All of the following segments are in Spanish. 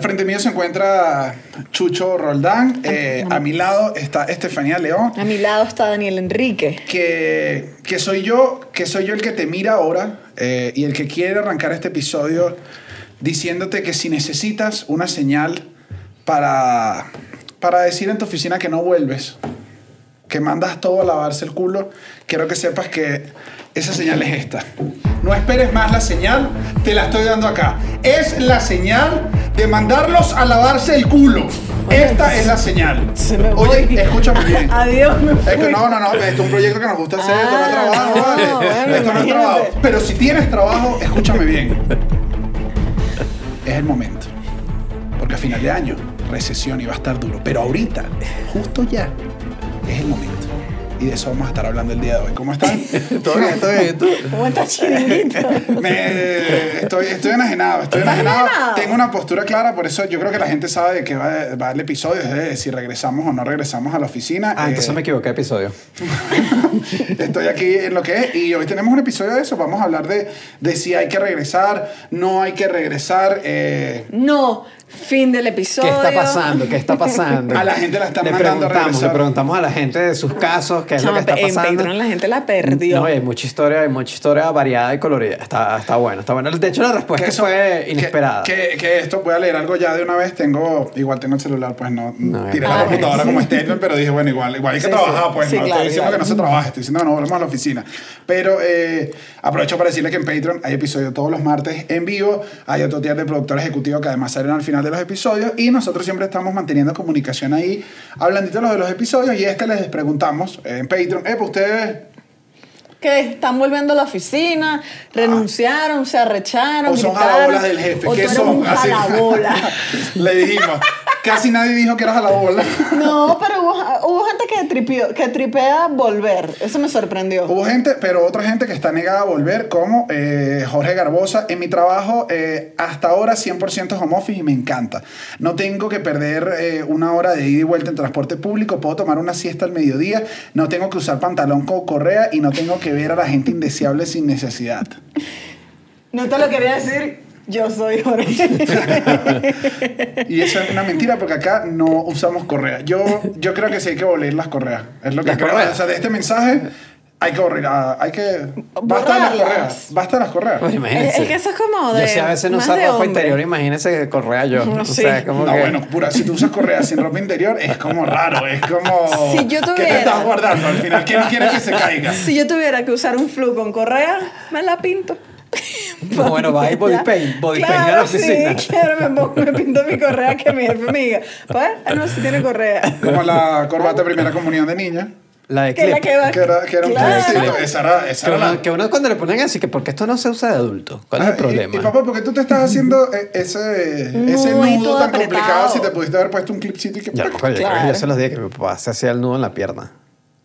Al frente mío se encuentra Chucho Roldán. A mi lado está Estefanía León. A mi lado está Daniel Enrique. Que soy yo el que te mira ahora y el que quiere arrancar este episodio diciéndote que si necesitas una señal para decir en tu oficina que no vuelves, que mandas todo a lavarse el culo, quiero que sepas que esa señal es esta. No esperes más la señal, te la estoy dando acá. Es la señal de mandarlos a lavarse el culo. Esta es la señal. Se me Oye, voy. escúchame bien. Adiós, me fui. Es que no, esto es un proyecto que nos gusta hacer, esto no es trabajo, no, vale. bueno, Esto no es imagínate. trabajo. Pero si tienes trabajo, escúchame bien. Es el momento. Porque a final de año, recesión y va a estar duro. Pero ahorita, justo ya, es el momento. Y de eso vamos a estar hablando el día de hoy. ¿Cómo están? Todo bien. ¿Cómo está Chiringuito? Estoy enajenado. enajenado? Tengo una postura clara, por eso yo creo que la gente sabe de qué va el episodio, es de si regresamos o no regresamos a la oficina. Entonces me equivoqué de episodio. Estoy aquí en lo que es y hoy tenemos un episodio de eso. Vamos a hablar de si hay que regresar, no hay que regresar. No, fin del episodio. ¿Qué está pasando? A la gente la están mandando a regresar. Le preguntamos a la gente de sus casos qué es lo que está En pasando. Patreon la gente la perdió. No, hay mucha historia variada y colorida. Está bueno. De hecho, la respuesta fue inesperada. Que esto, voy a leer algo ya de una vez. Igual tengo el celular, pues no tiré la Ah, computadora sí. como statement, pero dije, bueno, igual hay que trabajar, pues Sí, no claro, estoy diciendo claro. que no se trabaje, estoy diciendo que no volvemos a la oficina. Pero aprovecho para decirle que en Patreon hay episodios todos los martes en vivo, hay otro tier de productor ejecutivo que además salen al final de los episodios y nosotros siempre estamos manteniendo comunicación ahí, hablandito de los episodios y les preguntamos en Patreon, pues ustedes... Que están volviendo a la oficina, renunciaron, se arrecharon, O son gritaron, jalabolas del jefe. o ¿Qué tú eres son? un jalabola. Le dijimos. Casi nadie dijo que eras jalabola. No, pero hubo gente que tripea volver. Eso me sorprendió. Hubo gente, pero otra gente que está negada a volver, como Jorge Garbosa. En mi trabajo, hasta ahora 100% home office y me encanta. No tengo que perder una hora de ida y vuelta en transporte público. Puedo tomar una siesta al mediodía. No tengo que usar pantalón con correa y no tengo que ver a la gente indeseable sin necesidad. No te lo quería decir. Yo soy Jorge. Y eso es una mentira porque acá no usamos correa. Yo creo que sí hay que abolir las correas. Es lo que ¿Las creo. correas? O sea, de este mensaje hay que borrar, basta de las Borrarlas. correas. Basta de las correas. Pues imagínense. Es que eso es como de. Yo sé a veces no más usar de ropa hombre. interior, imagínese correa yo. No, O sí. sea, como No, que... bueno, si tú usas correa sin ropa interior, es como raro, es como... Si yo ¿Qué te tuviera- estás guardando al final? ¿Quién quiere que se caiga? Si yo tuviera que usar un flu con correa, me la pinto. No, bueno, va a ir body paint a la Claro, oficina. sí, claro, me pinto mi correa que mi jefe me diga. Pues, no, si tiene correa. Como la corbata de primera comunión de niña, La de Que la clip. que va. que era un Claro. clipcito. Esa era la... Que uno cuando le ponen así, que porque esto no se usa de adulto. ¿Cuál es el problema? Y papá, ¿por qué tú te estás haciendo ese Muy nudo todo tan apretado. complicado si te pudiste haber puesto un clipcito y que... Yo creo que Claro. yo se los dije que mi papá se hacía el nudo en la pierna.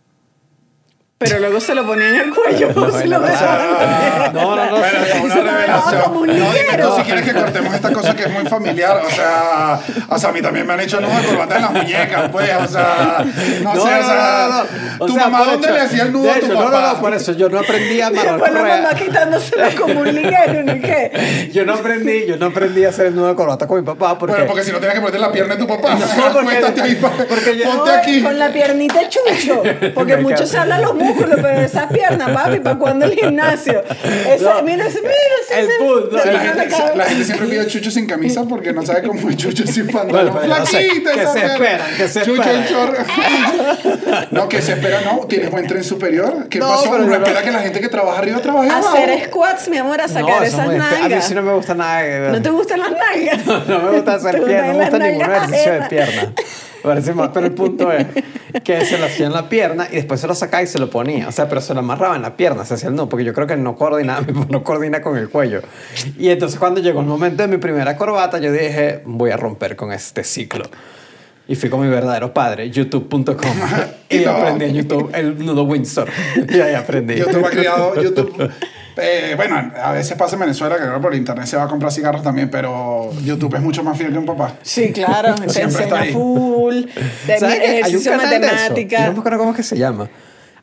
Pero luego se lo ponía en el cuello. No, se en lo la dejaba. No. Bueno, es una revelación. como un No, dime liguero. tú si quieres que cortemos esta cosa que es muy familiar. O sea, a mí también me han hecho nudo de corbata en las muñecas, pues. O sea, no sé, o sea... O ¿Tu sea, mamá por dónde hecho, le hacía el nudo de a tu hecho, papá? No, por eso yo no aprendí a amarrar Después la mamá correa. quitándoselo como un liguero, ¿no? ¿Qué? Yo no aprendí a hacer el nudo de corbata con mi papá porque... Bueno, porque si no tienes que ponerte la pierna de tu papá. No, porque- Acuéstate ahí, porque yo- ponte aquí. Con la piernita de chucho. Porque Me mucho encanta. se habla los músculos, pero esas piernas, papi, ¿para cuándo el gimnasio? No. Mira, El punto. Sí, se la, le gente, cabe. la gente siempre pide chucho sin camisa porque no sabe cómo es chucho sin pantalón. Bueno, pero no sé, Flaquita que esa se perra. esperan, que se Chucho esperan. el chorro. No, que se espera, no. Tienes buen tren superior. ¿Qué No, pasó? pero Uno yo no- espera que la gente que trabaja arriba trabaje abajo. Hacer squats, mi amor, a sacar eso esas es muy feo. A mí nalgas. sí no me gusta nada. ¿No te gustan las nalgas? No me gusta hacer ¿Te pierna, no me gusta gustan las ningún nalgas ejercicio de ajenas? pierna. Me parece mal, pero el punto es que se lo hacía en la pierna y después se lo sacaba y se lo ponía. O sea, pero se lo amarraba en la pierna, se hacía el nudo, porque yo creo que no coordina con el cuello. Y entonces cuando llegó el momento de mi primera corbata, yo dije, voy a romper con este ciclo. Y fui con mi verdadero padre, youtube.com. Y No. aprendí en YouTube el nudo Windsor. Y ahí aprendí. YouTube ha creado... YouTube... bueno, a veces pasa en Venezuela que creo que por internet se va a comprar cigarros también, pero YouTube es mucho más fiel que un papá. Sí, claro. Te Siempre está enseña ahí. full. De ¿Sabes qué? Hay un ejercicio canal de eso. Yo matemática. no me acuerdo cómo es que se llama.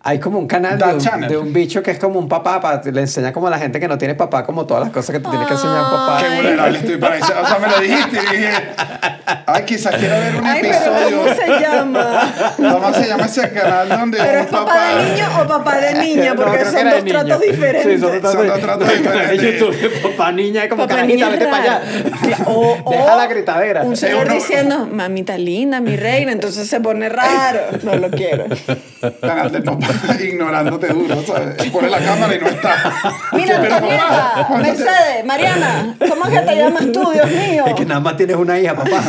Hay como un canal That channel. de un bicho que es como un papá, le enseña como a la gente que no tiene papá, como todas las cosas que te tiene que enseñar un papá. Qué vulnerable estoy para eso. O sea, me lo dijiste y dije, ay, quizás quiero ver un Ay, pero episodio. ¿cómo se llama? ¿Cómo se llama ese canal donde ¿Pero un es papá de niño o papá de niña? No, Porque creo que son era de dos tratos niño. diferentes. Sí, son dos Son dos tratos diferentes. En YouTube, papá niña es como Papá carajita, niña vete es para allá. raro. Deja la gritadera. Un señor Uno- diciendo, mamita linda, mi reina, entonces se pone raro. No lo quiero. Canal del papá ignorándote duro, ¿sabes? Pone la cámara y no está. Mira, Pero, Antonieta, papá, ¿cuándo te- Mercedes, Mariana, ¿cómo es que te llamas tú, Dios mío? Es que nada más tienes una hija, papá.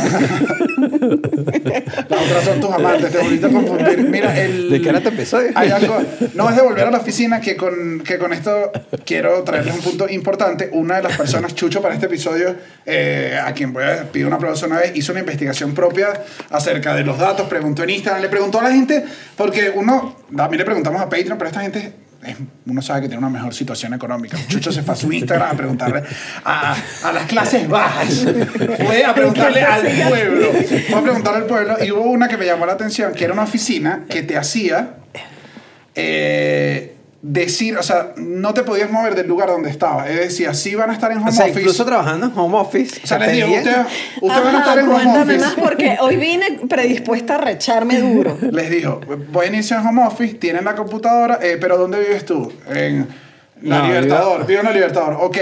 Las otras son tus amantes, te volviste a confundir. Mira, ¿De qué era este episodio? Hay algo, no es de volver a la oficina, que con esto quiero traerles un punto importante. Una de las personas, Chucho, para este episodio, a quien voy a pedir un aplauso una vez, hizo una investigación propia acerca de los datos, preguntó en Instagram, le preguntó a la gente, porque a mí le preguntamos a Patreon, pero esta gente... uno sabe que tiene una mejor situación económica. Chucho se fue a su Instagram a preguntarle a las clases bajas. Fue a preguntarle al pueblo. Fue a preguntarle al pueblo y hubo una que me llamó la atención, que era una oficina que te hacía decir, o sea, no te podías mover del lugar donde estaba. Es decir, así van a estar en home O sea, office. incluso trabajando en home office. O sea, te les digo, pedían- ustedes van a estar en home cuéntame office. más porque hoy vine predispuesta a recharme duro. Les dijo, voy a iniciar en home office, tienen la computadora, pero ¿dónde vives tú? En la No, Libertador. Vivo en la Libertador. Ok,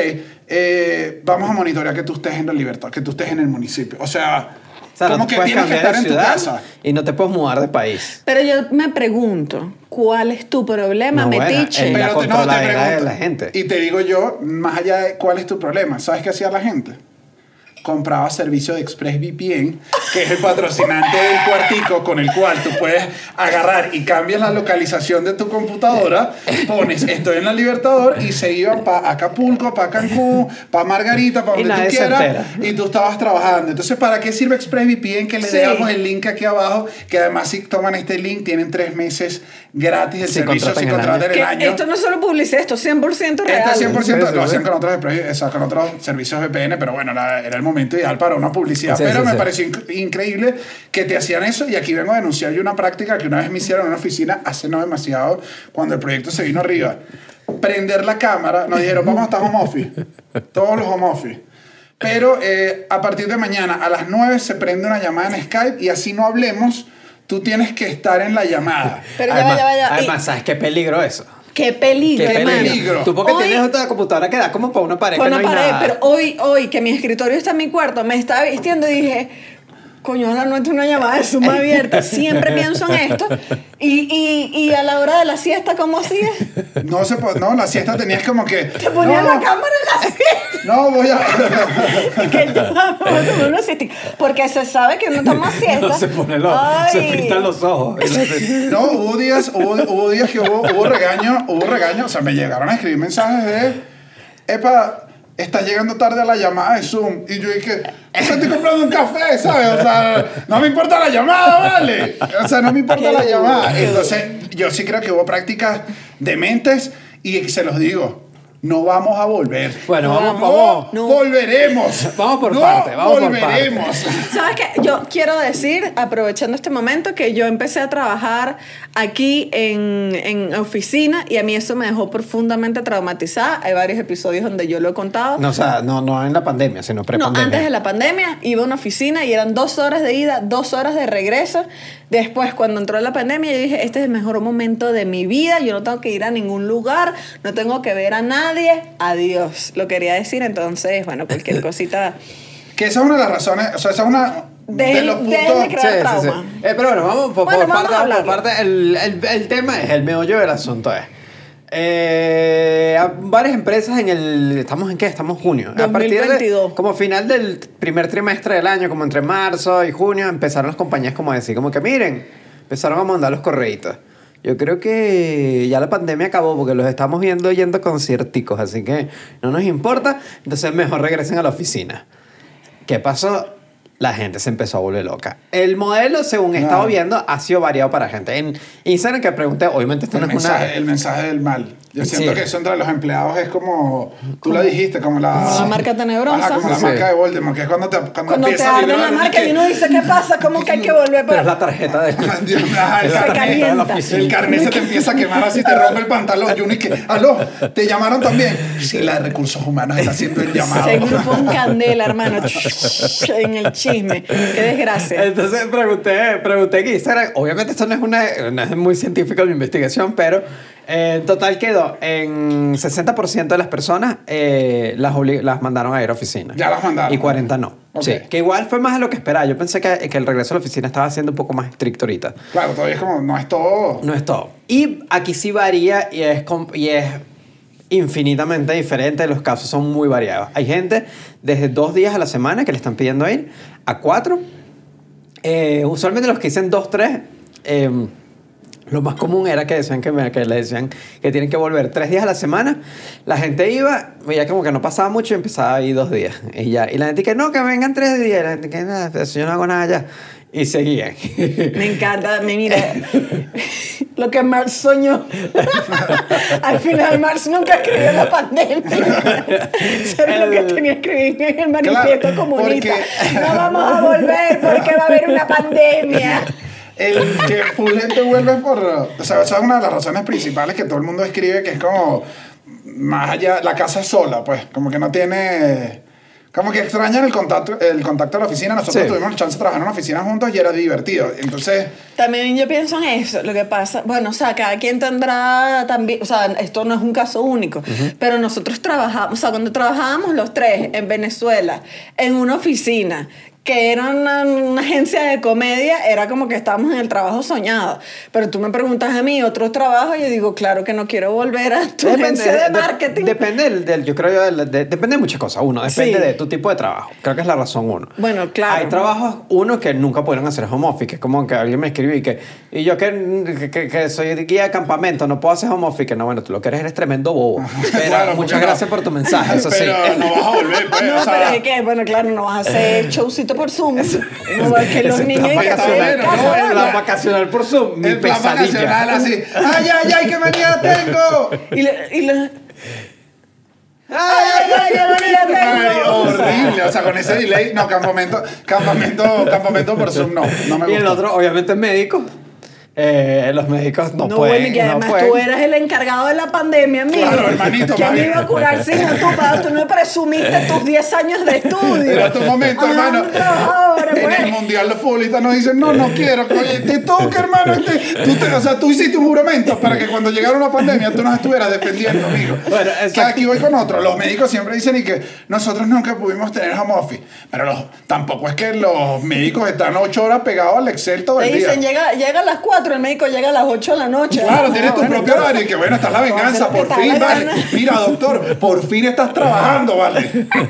vamos a monitorear que tú estés en la Libertador, que tú estés en el municipio. O sea, O sea, no como te que puedes tienes que cambiar estar de en tu ciudad casa. y no te puedes mudar de país. Pero yo me pregunto, ¿cuál es tu problema, No, bueno, metiche? la Pero controladera de pregunto, la gente. Y te digo yo, más allá de cuál es tu problema, ¿sabes qué hacía la gente? Compraba servicio de ExpressVPN, que es el patrocinante del cuartico con el cual tú puedes agarrar y cambias la localización de tu computadora, pones estoy en la Libertador y se iban para Acapulco, para Cancún, para Margarita, para Y donde nadie tú se quieras, entera. y tú estabas trabajando. Entonces, ¿para qué sirve ExpressVPN? Que les Sí. dejamos el link aquí abajo, que además si toman este link tienen 3 meses gratis del Si servicio contratan si el contratan el Que año. esto no es solo publicidad, esto es 100% real. Este 100% Sí, lo sí, hacían sí. con otros servicios VPN, pero bueno, era el momento ideal para una publicidad. Sí, pero sí, me sí. pareció increíble que te hacían eso, y aquí vengo a denunciar yo una práctica que una vez me hicieron en una oficina hace no demasiado, cuando el proyecto se vino arriba. Prender la cámara, nos dijeron, vamos a estar home office, todos los home office. Pero a partir de mañana a las 9 se prende una llamada en Skype y así no hablemos, tú tienes que estar en la llamada. Pero además, ya va. además, ¿sabes qué peligro eso? Qué peligro, Qué hermano. peligro. Tú porque Hoy- tienes otra computadora que da como para una pared Con que no una hay pared, nada. pero hoy que mi escritorio está en mi cuarto, me estaba vistiendo y dije, coño, ahora no es una llamada de Zoom abierta. Siempre pienso en esto. Y a la hora de la siesta, ¿cómo hacías? No, la siesta tenías como que... Te ponías no, la cámara en la siesta. No, voy a... Que yo vamos a tomar una siesta. Porque se sabe que uno toma siesta. No, se pone se Ay. pintan los ojos. No, hubo días que hubo regaño, o sea, me llegaron a escribir mensajes de, epa, estás llegando tarde a la llamada de Zoom, y yo dije, estoy comprando un café, ¿sabes? O sea, no me importa la llamada, ¿vale? O sea, no me importa la llamada. Entonces, yo sí creo que hubo prácticas dementes, y se los digo, no vamos a volver. Bueno, no, vamos. No. volveremos. Vamos por no parte, vamos por volveremos. ¿Sabes qué? Yo quiero decir, aprovechando este momento, que yo empecé a trabajar aquí en oficina y a mí eso me dejó profundamente traumatizada. Hay varios episodios donde yo lo he contado. No, o sea, no en la pandemia, sino No, pre-pandemia. antes de la pandemia iba a una oficina y eran 2 horas de ida, 2 horas de regreso. Después, cuando entró la pandemia, yo dije, este es el mejor momento de mi vida, yo no tengo que ir a ningún lugar, no tengo que ver a nadie, adiós. Lo quería decir, entonces, bueno, cualquier cosita. Que esa es una de las razones, o sea, esa es una de los puntos... déjenme crear trauma. Pero bueno, vamos por Bueno, vamos parte. a Vamos por hablarlo. parte. El tema es, el meollo del asunto es... varias empresas en el... ¿Estamos en qué? Estamos en junio. A partir de 2022. como final del primer trimestre del año, como entre marzo y junio, empezaron las compañías como a decir, como que miren, empezaron a mandar los correitos. Yo creo que ya la pandemia acabó porque los estamos viendo yendo a concierticos, así que no nos importa, entonces mejor regresen a la oficina. ¿Qué pasó? La gente se empezó a volver loca. El modelo, según he estado Claro. viendo, ha sido variado para gente. En Instagram que pregunté, obviamente esto no es una... El mensaje del mal. Yo siento Sí. que eso entre los empleados es como, tú lo dijiste, como la... Como la marca tenebrosa. Ajá, como la Sí. marca de Voldemort, que es cuando Cuando te empieza a arden la vibrar, marca y uno dice, ¿qué pasa? ¿Cómo que hay que volver Pero es para...? la tarjeta de... Dios, ajá, es la el tarjeta de la calienta. oficina. El carnet se te empieza a quemar así, te rompe el pantalón. Y uno y que, aló, ¿te llamaron también? Sí, la de recursos humanos está haciendo el llamado. Se grupo en candela, hermano. En el chisme. Qué desgracia. Entonces pregunté en Instagram. Obviamente esto no es muy científica mi investigación, pero en total quedó en 60% de las personas las mandaron a ir a oficina. Ya las mandaron. Y 40 no. Ok. Sí, que igual fue más de lo que esperaba. Yo pensé que el regreso a la oficina estaba siendo un poco más estricto ahorita. Claro, todavía es como, no es todo. No es todo. Y aquí sí varía y es infinitamente diferente. Los casos son muy variados. Hay gente desde 2 días a la semana que le están pidiendo ir a 4. Usualmente los que dicen 2, 3, lo más común era que decían que le decían que tienen que volver 3 días a la semana. La gente iba, veía como que no pasaba mucho y empezaba a ir 2 días. Y la gente que no, que vengan 3 días. Y la gente que nada, eso yo no hago nada ya. Y seguían. Me encanta, mira, lo que Marx soñó. Al final Marx nunca escribió la pandemia. Eso es lo que tenía que escribir en el manifiesto Claro, comunista. porque- No vamos a volver porque va a haber una pandemia. El que full gente vuelve por... O sea, esa es una de las razones principales que todo el mundo escribe, que es como... Más allá, la casa es sola, pues. Como que no tiene... Como que extrañan el contacto de la oficina. Nosotros Sí. tuvimos la chance de trabajar en una oficina juntos y era divertido. Entonces... También yo pienso en eso, lo que pasa, bueno, o sea, cada quien tendrá también, o sea, esto no es un caso único, pero nosotros trabajamos, o sea, cuando trabajábamos los tres en Venezuela, en una oficina, que era una agencia de comedia, era como que estábamos en el trabajo soñado. Pero tú me preguntas a mí otro trabajo y yo digo, claro que no quiero volver a tu agencia de marketing. Depende yo creo yo, depende de muchas cosas. Uno, depende Sí. de tu tipo de trabajo. Creo que es la razón uno. Bueno, claro. Hay trabajos, uno, que nunca pudieron hacer home office, que es como que alguien me escribió y yo que soy guía de campamento, no puedo hacer home office, que no, bueno, tú lo que eres tremendo bobo. Pero Claro, porque muchas no. gracias por tu mensaje, eso sí. Pero no vas a volver, pues. No, o sea, pero es que, bueno, claro, no vas a hacer showcito por Zoom. No, es que los Ese niños... plan y que estoy vacacional, en bueno, casa, ¿no? ¿verdad? plan vacacional por Zoom, mi el plan vacacional pesadilla. así. ¡Ay, ay, ay, qué manía tengo! ¡Ay, qué manía Ay, tengo! horrible. O sea, con ese delay, no, campamento por Zoom, no me gusta. Y el otro, obviamente, médico. Los médicos no No, pueden. bueno, y que además no pueden. tú eras el encargado de la pandemia, amigo. Claro, hermanito, ¿Quién más me bien. iba a curar sino tú? Para tú no presumiste tus 10 años de estudio. Era tu momento, hermano. Ahora, En el pues. mundial los futbolistas nos dicen, no quiero. Oye, te toca, hermano. O sea, tú hiciste un juramento para que cuando llegara una pandemia tú nos estuvieras defendiendo, amigo. Bueno, que exacto. aquí voy con otro. Los médicos siempre dicen y que nosotros nunca pudimos tener home office. Pero tampoco es que los médicos están 8 horas pegados al Excel todo Te el día. dicen, llega a las 4, el médico llega a las 8 de la noche. Claro, Ah, tienes tu bueno, propio entonces, horario y que bueno, está la tú haces venganza, lo que por te da fin, la vale. gana. Mira, doctor, por fin estás trabajando, vale.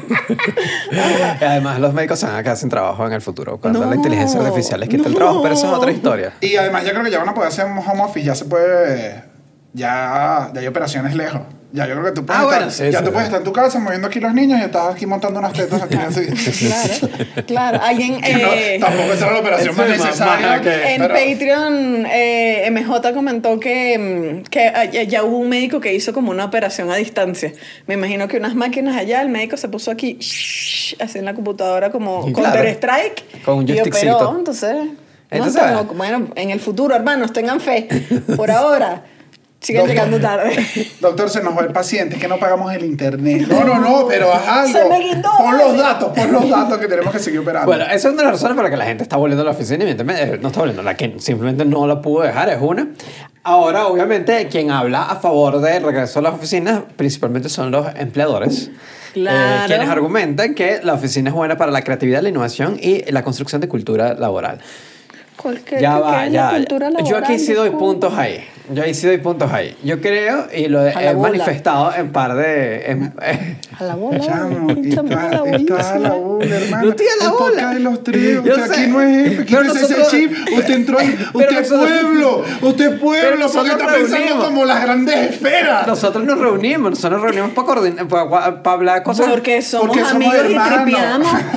Y además, los médicos se van a quedar sin trabajo en el futuro. Cuando No, la inteligencia artificial les quita el trabajo, pero eso es otra historia. Y además yo creo que ya van a poder hacer un home office, ya se puede, ya hay operaciones lejos. Ya yo creo que tú puedes, bueno, estar, sí, ya sí, tú puedes sí. estar en tu casa moviendo aquí los niños y estás aquí montando unas tetas aquí así. Claro. Alguien... Que no, tampoco esa era la operación Eso más es más necesaria. baja que- En pero- Patreon, MJ comentó que ya hubo un médico que hizo como una operación a distancia. Me imagino que unas máquinas allá, el médico se puso aquí, así en la computadora como Y claro, Counter-Strike. con un y joystickcito. operó, entonces... Entonces, bueno, en el futuro, hermanos, tengan fe. Por ahora, siguen Doctor. llegando tarde. Doctor, se nos va el paciente, es que no pagamos el internet. No, pero haz algo. Se me guindó, pon vale. los datos que tenemos que seguir operando. Bueno, esa es una de las razones por las que la gente está volviendo a la oficina y evidentemente no está volviendo. La que simplemente no la pudo dejar es una. Ahora, obviamente, quien habla a favor del regreso a las oficinas principalmente son los empleadores. Claro. Quienes argumentan que la oficina es buena para la creatividad, la innovación y la construcción de cultura laboral. Ya va, ya. Yo aquí sí doy puntos ahí. Yo creo, y lo A la he bola. manifestado en par de... A la bola. Chamo, Estamos a la está a la bolita. bola, hermano. No estoy a la El bola. podcast de los tríos. Yo Usted sé. aquí no es jefe, aquí Pero no es ese nosotros- chip. Usted entró ahí. Pero Usted es nosotros- pueblo. Usted es pueblo. Pero nosotros Porque está pensando reunimos. como las grandes esferas. Nosotros nos reunimos para coordinar, para hablar cosas. Porque somos Porque somos amigos y hermanos. tripeamos.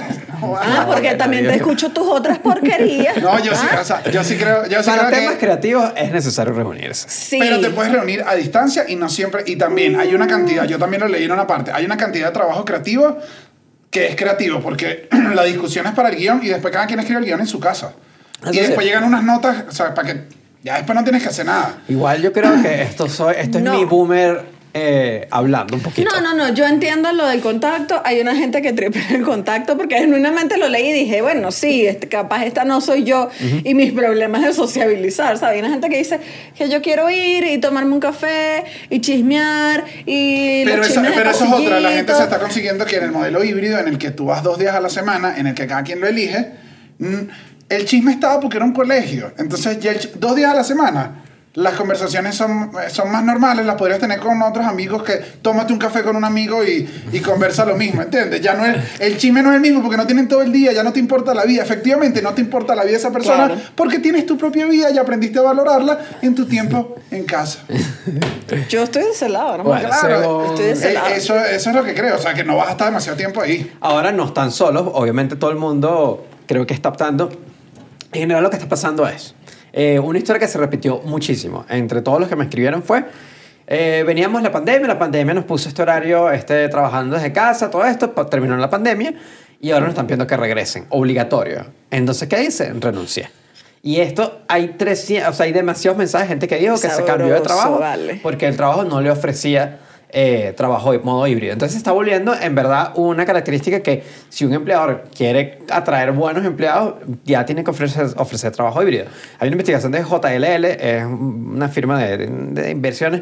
porque también te escucho tus otras porquerías. No, yo sí, o sea, yo sí creo Para que... temas creativos es necesario reunirse. Sí. Pero te puedes reunir a distancia y no siempre... Y también hay una cantidad, yo también lo leí en una parte, hay una cantidad de trabajo creativo que es creativo porque la discusión es para el guión y después cada quien escribe el guión en su casa. Eso Y después sí. llegan unas notas, o sea, para que ya después no tienes que hacer nada. Igual yo creo que esto es No. mi boomer hablando un poquito. No, yo entiendo lo del contacto. Hay una gente que tripea el contacto porque genuinamente lo leí y dije, bueno, sí, capaz esta no soy yo y mis problemas de sociabilizar, ¿sabes? Hay una gente que dice que yo quiero ir y tomarme un café y chismear y Pero, los eso chismes de es otra, la gente pasillito. se está consiguiendo que en el modelo híbrido, en el que tú vas 2 días a la semana, en el que cada quien lo elige, el chisme estaba porque era un colegio. Entonces, ya 2 días a la semana, las conversaciones son más normales, las podrías tener con otros amigos que tómate un café con un amigo y conversa lo mismo, ¿entiendes? Ya no es, el chisme no es el mismo porque no tienen todo el día, ya no te importa la vida. Efectivamente, no te importa la vida de esa persona Claro. porque tienes tu propia vida y aprendiste a valorarla en tu tiempo en casa. Yo estoy de ese lado, ¿no? Bueno, Claro, estoy de ese lado. eso es lo que creo, o sea, que no vas a estar demasiado tiempo ahí. Ahora no están solos, obviamente todo el mundo creo que está optando. En general lo que está pasando es una historia que se repitió muchísimo entre todos los que me escribieron fue veníamos la pandemia nos puso este horario trabajando desde casa, todo esto, terminó la pandemia y ahora nos están pidiendo que regresen, obligatorio. Entonces, ¿qué dice? Renuncié. Y esto, hay demasiados mensajes de gente que dijo que se cambió de Sabroso, trabajo vale. porque el trabajo no le ofrecía trabajo de modo híbrido. Entonces se está volviendo en verdad una característica que si un empleador quiere atraer buenos empleados, ya tiene que ofrecer trabajo híbrido. Hay una investigación de JLL, es una firma de inversiones,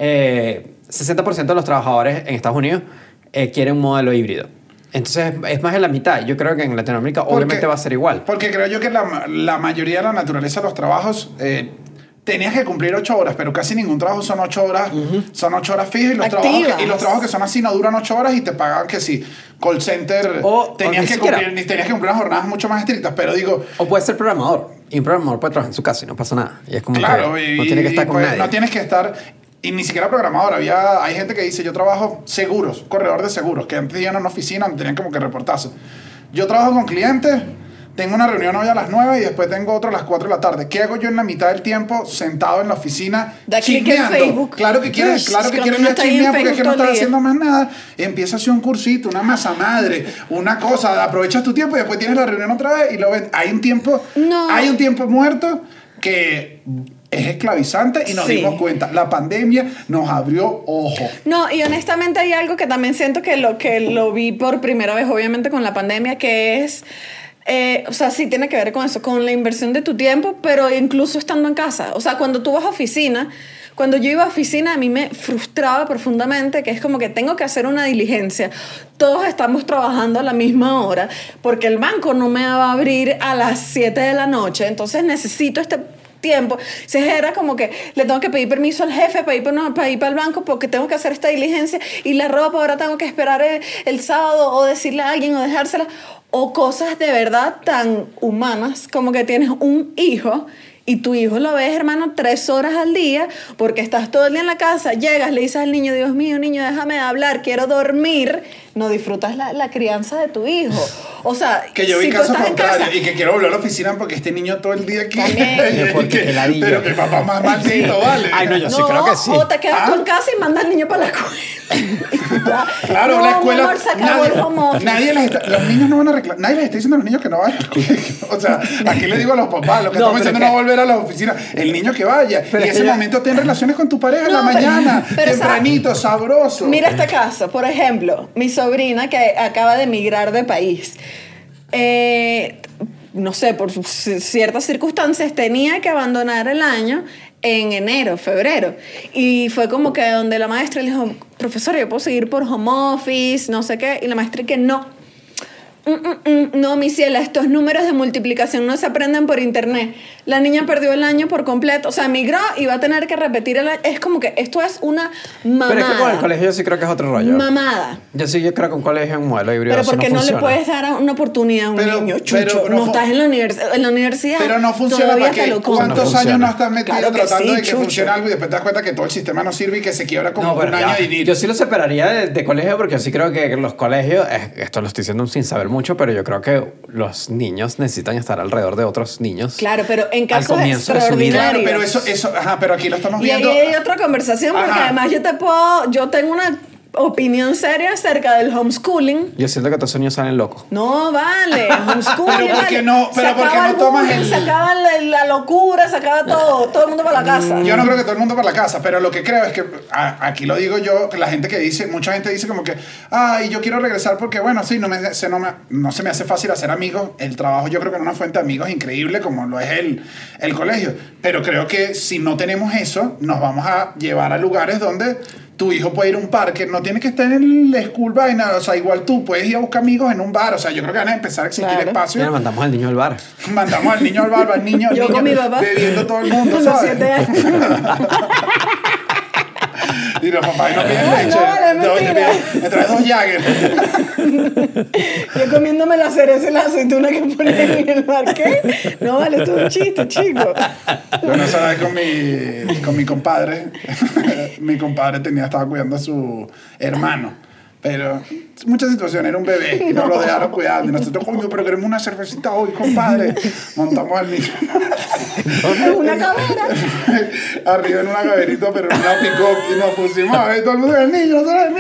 60% de los trabajadores en Estados Unidos quieren un modelo híbrido. Entonces es más de la mitad. Yo creo que en Latinoamérica obviamente va a ser igual. Porque creo yo que la mayoría de la naturaleza de los trabajos tenías que cumplir 8 horas, pero casi ningún trabajo son 8 horas. Son 8 horas fijas y los trabajos que son así no duran 8 horas y te pagan que sí. Call center, tenías que cumplir unas jornadas mucho más estrictas, pero digo... O puede ser programador. Y un programador puede trabajar en su casa y no pasa nada. Y es como Claro, que no tiene que estar con pues, nadie. no tienes que estar... Y ni siquiera programador. Hay gente que dice, yo trabajo seguros, corredor de seguros, que antes iban a una oficina donde tenían como que reportarse. Yo trabajo con clientes, tengo una reunión hoy a las 9 y después tengo otra a las 4 de la tarde. ¿Qué hago yo en la mitad del tiempo sentado en la oficina Da clic en chismeando? Facebook. Claro que quieres Cuando ir uno a está ahí en chismear porque es que no Facebook todo estás el día. haciendo más nada. Empieza a hacer un cursito, una masa madre, una cosa, aprovechas tu tiempo y después tienes la reunión otra vez y lo ves. Hay un tiempo muerto que es esclavizante y nos Sí. dimos cuenta. La pandemia nos abrió ojo. No, y honestamente hay algo que también siento que lo vi por primera vez, obviamente, con la pandemia, que es... o sea, sí tiene que ver con eso, con la inversión de tu tiempo, pero incluso estando en casa. O sea, cuando tú vas a oficina, cuando yo iba a oficina, a mí me frustraba profundamente, que es como que tengo que hacer una diligencia. Todos estamos trabajando a la misma hora, porque el banco no me va a abrir a las 7 de la noche, entonces necesito este tiempo. Entonces era como que le tengo que pedir permiso al jefe para ir para el banco porque tengo que hacer esta diligencia y la ropa ahora tengo que esperar el sábado o decirle a alguien o dejársela o cosas de verdad tan humanas como que tienes un hijo y tu hijo lo ves, hermano, 3 horas al día porque estás todo el día en la casa, llegas, le dices al niño, Dios mío, niño, déjame de hablar, quiero dormir, no disfrutas la crianza de tu hijo. O sea, Que yo vi si tú casos estás en contrarios casa, y que quiero volver a la oficina porque este niño todo el día aquí. También. Porque qué ladilla. Pero que papá más maldito, ¿vale? Ay, no, yo sí creo que sí. O te quedas Ah. tú en casa y mandas al niño para la escuela. Claro, no, la escuela. mi amor, se acabó el home office. Los niños no van a reclamar. Nadie les está diciendo a los niños que no vayan al colegio. O sea, aquí le digo a los papás, lo que No, estamos pero diciendo es no que- volver a la oficina. El niño que vaya. Pero Y es ese que ya- momento ten relaciones con tu pareja en No, la pero- mañana. pero Tempranito, sabroso. Mira este caso, por ejemplo, mi sobrina que acaba de emigrar de país. No sé, por ciertas circunstancias tenía que abandonar el año en enero, febrero. Y fue como que donde la maestra le dijo, profesora, yo puedo seguir por home office, no sé qué. Y la maestra que no. No, mi ciela, estos números de multiplicación no se aprenden por internet. La niña perdió el año por completo. O sea, migró y va a tener que repetir el año. Es como que esto es una mamada. Pero es que con el colegio yo sí creo que es otro rollo. Mamada. Yo creo que un colegio en un modelo híbrido Pero eso porque no no le funciona. puedes dar una oportunidad a un Pero- niño, pero chucho. no No fu- estás en la universidad. Pero no funciona Todavía para te que lo compro. cuántos No funciona. años no estás metido Claro que tratando sí, de que chucho. funcione algo y después te das cuenta que todo el sistema no sirve y que se quiebra como No, pero un año ya, y yo sí lo separaría de colegio porque yo sí creo que los colegios, esto lo estoy diciendo sin saber mucho, pero yo creo que los niños necesitan estar alrededor de otros niños. Claro, pero en al casos comienzo de su vida. Claro, extraordinarios. pero pero aquí lo estamos Y viendo. ahí hay otra conversación porque Ajá. además yo tengo una opinión seria acerca del homeschooling. Yo siento que todos esos niños salen locos. No, vale, homeschooling. Pero ¿por qué vale. no- pero Se por qué acaba no el tomas bullying, el- se acaba la locura, se acaba todo el mundo para la casa. Yo no creo que todo el mundo para la casa, pero lo que creo es que, aquí lo digo yo, que la gente que dice, mucha gente dice como que, ay, yo quiero regresar porque, bueno, sí, no se me hace fácil hacer amigos. El trabajo yo creo que es una fuente de amigos increíble como lo es el colegio. Pero creo que si no tenemos eso, nos vamos a llevar a lugares donde tu hijo puede ir a un parque, no tiene que estar en el school vaina, o sea, igual tú puedes ir a buscar amigos en un bar, o sea, yo creo que van a empezar a existir Claro. espacios. Mira, mandamos al niño al bar. Mandamos al niño al bar, al niño, Yo con mi papá. bebiendo todo el mundo, A los ¿sabes? 7 años. Y los papás no piden Ay, leche. no, vale, Oye, mentira. me traes 2 Jagger. Yo comiéndome la cereza y la aceituna que ponen en el bar. ¿Qué? No, vale, esto es un chiste, chico. Yo no sabía con mi compadre. Mi compadre estaba cuidando a su hermano. Pero muchas situaciones, era un bebé y no lo dejaron cuidando. Y nosotros, coño, pero queremos una cervecita hoy, compadre. Montamos al niño. Es una cabera. Arriba en una caberita, pero en una pick-up. Y nos pusimos a ver todo el mundo, el niño, no soy el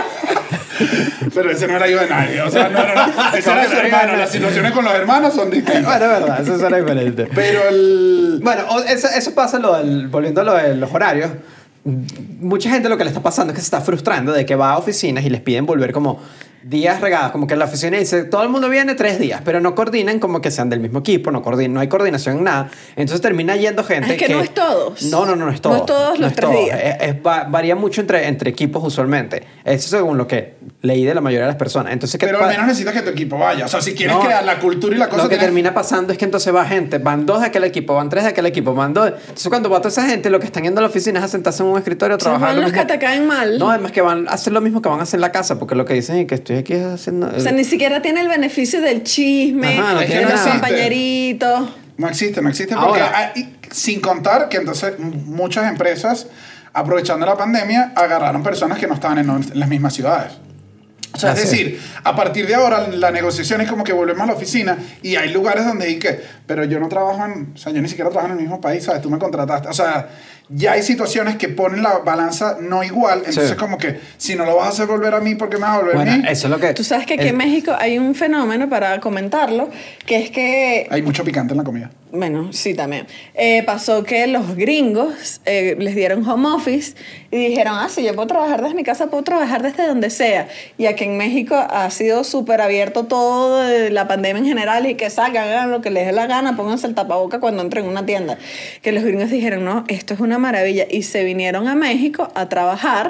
niño. Pero ese no era hijo de nadie. O sea, no era ese era su hermano. Las situaciones con los hermanos son distintas. Bueno, es verdad, eso suena diferente. Pero el... Bueno, eso pasa, volviendo a lo de los horarios. Mucha gente lo que le está pasando es que se está frustrando de que va a oficinas y les piden volver como días regados, como que en la oficina dice, todo el mundo viene 3 días, pero no coordinan como que sean del mismo equipo, no hay coordinación en nada. Entonces termina yendo gente Es que no es todos. No es todo. No es todos los 3 días. Varía mucho entre equipos usualmente. Eso según lo que leí de la mayoría de las personas. Entonces, Pero al menos necesitas que tu equipo vaya. O sea, si quieres No, crear la cultura y la cosa... lo que tienes- termina pasando es que entonces va gente, van 2 de aquel equipo, van 3 de aquel equipo, van 2. Entonces cuando va toda esa gente, lo que están yendo a la oficina es a sentarse en un escritorio a Se trabajar. van lo los mismo. que te caen mal. No, además que van a hacer lo mismo que van a hacer en la casa, porque lo que dicen es que estoy aquí haciendo... O sea, ni siquiera tiene el beneficio del chisme, Ajá, no de tiene los nada. compañeritos. No existe porque... Ahora- sin contar que entonces muchas empresas, aprovechando la pandemia, agarraron personas que no estaban en las mismas ciudades. O sea, es Así. decir, a partir de ahora la negociación es como que volvemos a la oficina y hay lugares donde hay que, pero yo no trabajo o sea, yo ni siquiera trabajo en el mismo país, ¿sabes? Tú me contrataste. O sea, ya hay situaciones que ponen la balanza no igual, entonces Sí. como que si no lo vas a hacer volver a mí, ¿por qué me vas a volver a Bueno, mí? eso es lo que... Tú sabes que aquí en México hay un fenómeno, para comentarlo, que es que Hay mucho picante en la comida. bueno, sí, también. Pasó que los gringos les dieron home office y dijeron, si yo puedo trabajar desde mi casa, puedo trabajar desde donde sea. Y aquí en México ha sido súper abierto todo de la pandemia en general y que salgan, hagan lo que les dé la gana, pónganse el tapaboca cuando entren en una tienda. Que los gringos dijeron, no, esto es una maravilla. Y se vinieron a México a trabajar.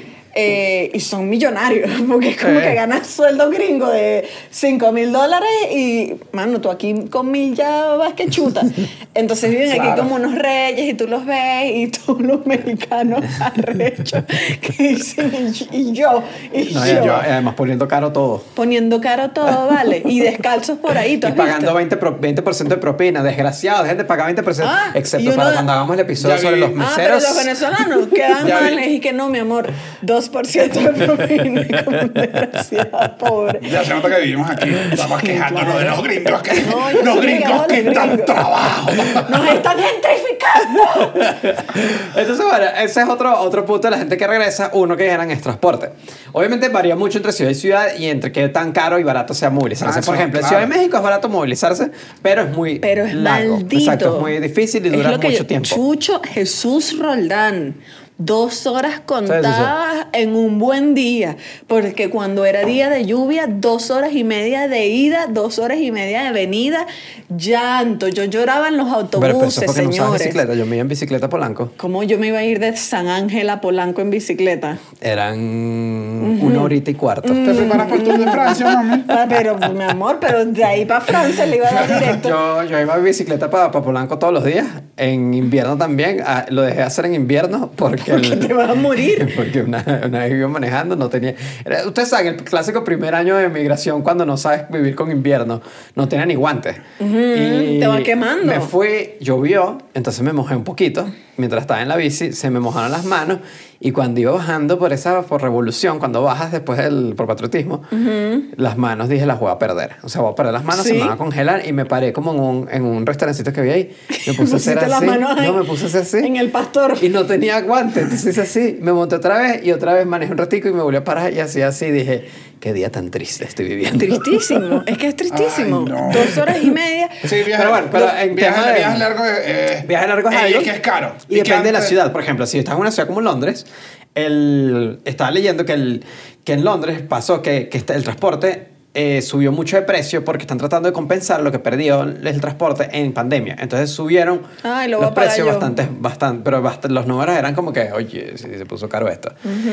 Y son millonarios, porque es como Sí. que ganas sueldo gringo de $5,000 y, mano, tú aquí con 1,000 ya vas que chuta. Entonces viven aquí Claro. como unos reyes y tú los ves y todos los mexicanos arrechos que dicen, y yo, No, yo, además poniendo caro todo. poniendo caro todo, ¿vale? Y descalzos por ahí, ¿tú Y has pagando visto? 20% de propina. Desgraciados, dejen de pagar 20%. Ah, y excepto uno- para cuando hagamos el episodio Ya sobre vi. los Pero meseros. los venezolanos quedan Ya mal. vi. Y que no, mi amor, 2% de propina, como un desgraciado, pobre. Ya se nota que vivimos aquí. Estamos quejándonos de los gringos que No, yo los sí me gringos quejo de que los dan gringos. trabajo. ¡Nos están gentrificando! Entonces, bueno, ese es otro punto de la gente que regresa. Uno que eran es transporte. Obviamente varía mucho entre ciudad y ciudad y entre qué tan caro y barato sea movilizarse. Ah, Por eso, ejemplo, en claro. Ciudad de México es barato movilizarse, pero es muy Pero es largo. maldito. Exacto, es muy difícil y Es dura lo que mucho yo- tiempo. Chucho Jesús Roldán. 2 horas contadas en un buen día. Porque cuando era día de lluvia, 2 horas y media de ida, 2 horas y media de venida. Llanto. Yo lloraba en los Pero eso autobuses, es porque no usabas señores. bicicleta. Yo me iba en bicicleta a Polanco. ¿Cómo yo me iba a ir de San Ángel a Polanco en bicicleta? Eran 1 horita y cuarto. ¿Te preparas para el Tour de Francia, mami? Ah, pero, mi amor, pero de ahí para Francia le iba a dar directo. Yo iba en bicicleta para Polanco todos los días. En invierno también. Lo dejé hacer en invierno porque... Porque te vas a morir. Porque una vez iba manejando, no tenía... Ustedes saben, el clásico primer año de migración cuando no sabes vivir con invierno, no tenía ni guantes. Y te va quemando. me fui, llovió, entonces me mojé un poquito. mientras estaba en la bici, se me mojaron las manos y cuando iba bajando por Revolución, cuando bajas después por patriotismo, las manos dije, las voy a perder. O sea, voy a perder las manos, ¿Sí? se me van a congelar y me paré como en un restaurancito que había ahí. Me puse a hacer Pusiste las así. manos ahí, No, me puse a hacer así. en el pastor. Y no tenía guantes, entonces hice así. Me monté otra vez y otra vez manejé un ratico y me volví a parar y así. Dije, qué día tan triste estoy viviendo. Tristísimo, es que es tristísimo. Ay, no. 2 horas y media. Sí, viaje, Pero bueno, pero en tema de- viaje largo, Viaje largo es algo. y que es caro. Y depende de la antes- ciudad. Por ejemplo, si estás en una ciudad como Londres, estaba leyendo que en Londres pasó que el transporte subió mucho de precio porque están tratando de compensar lo que perdió el transporte en pandemia. Entonces subieron Ay, lo voy los a pagar precios yo. pero los números eran como que, oye, sí, se puso caro esto.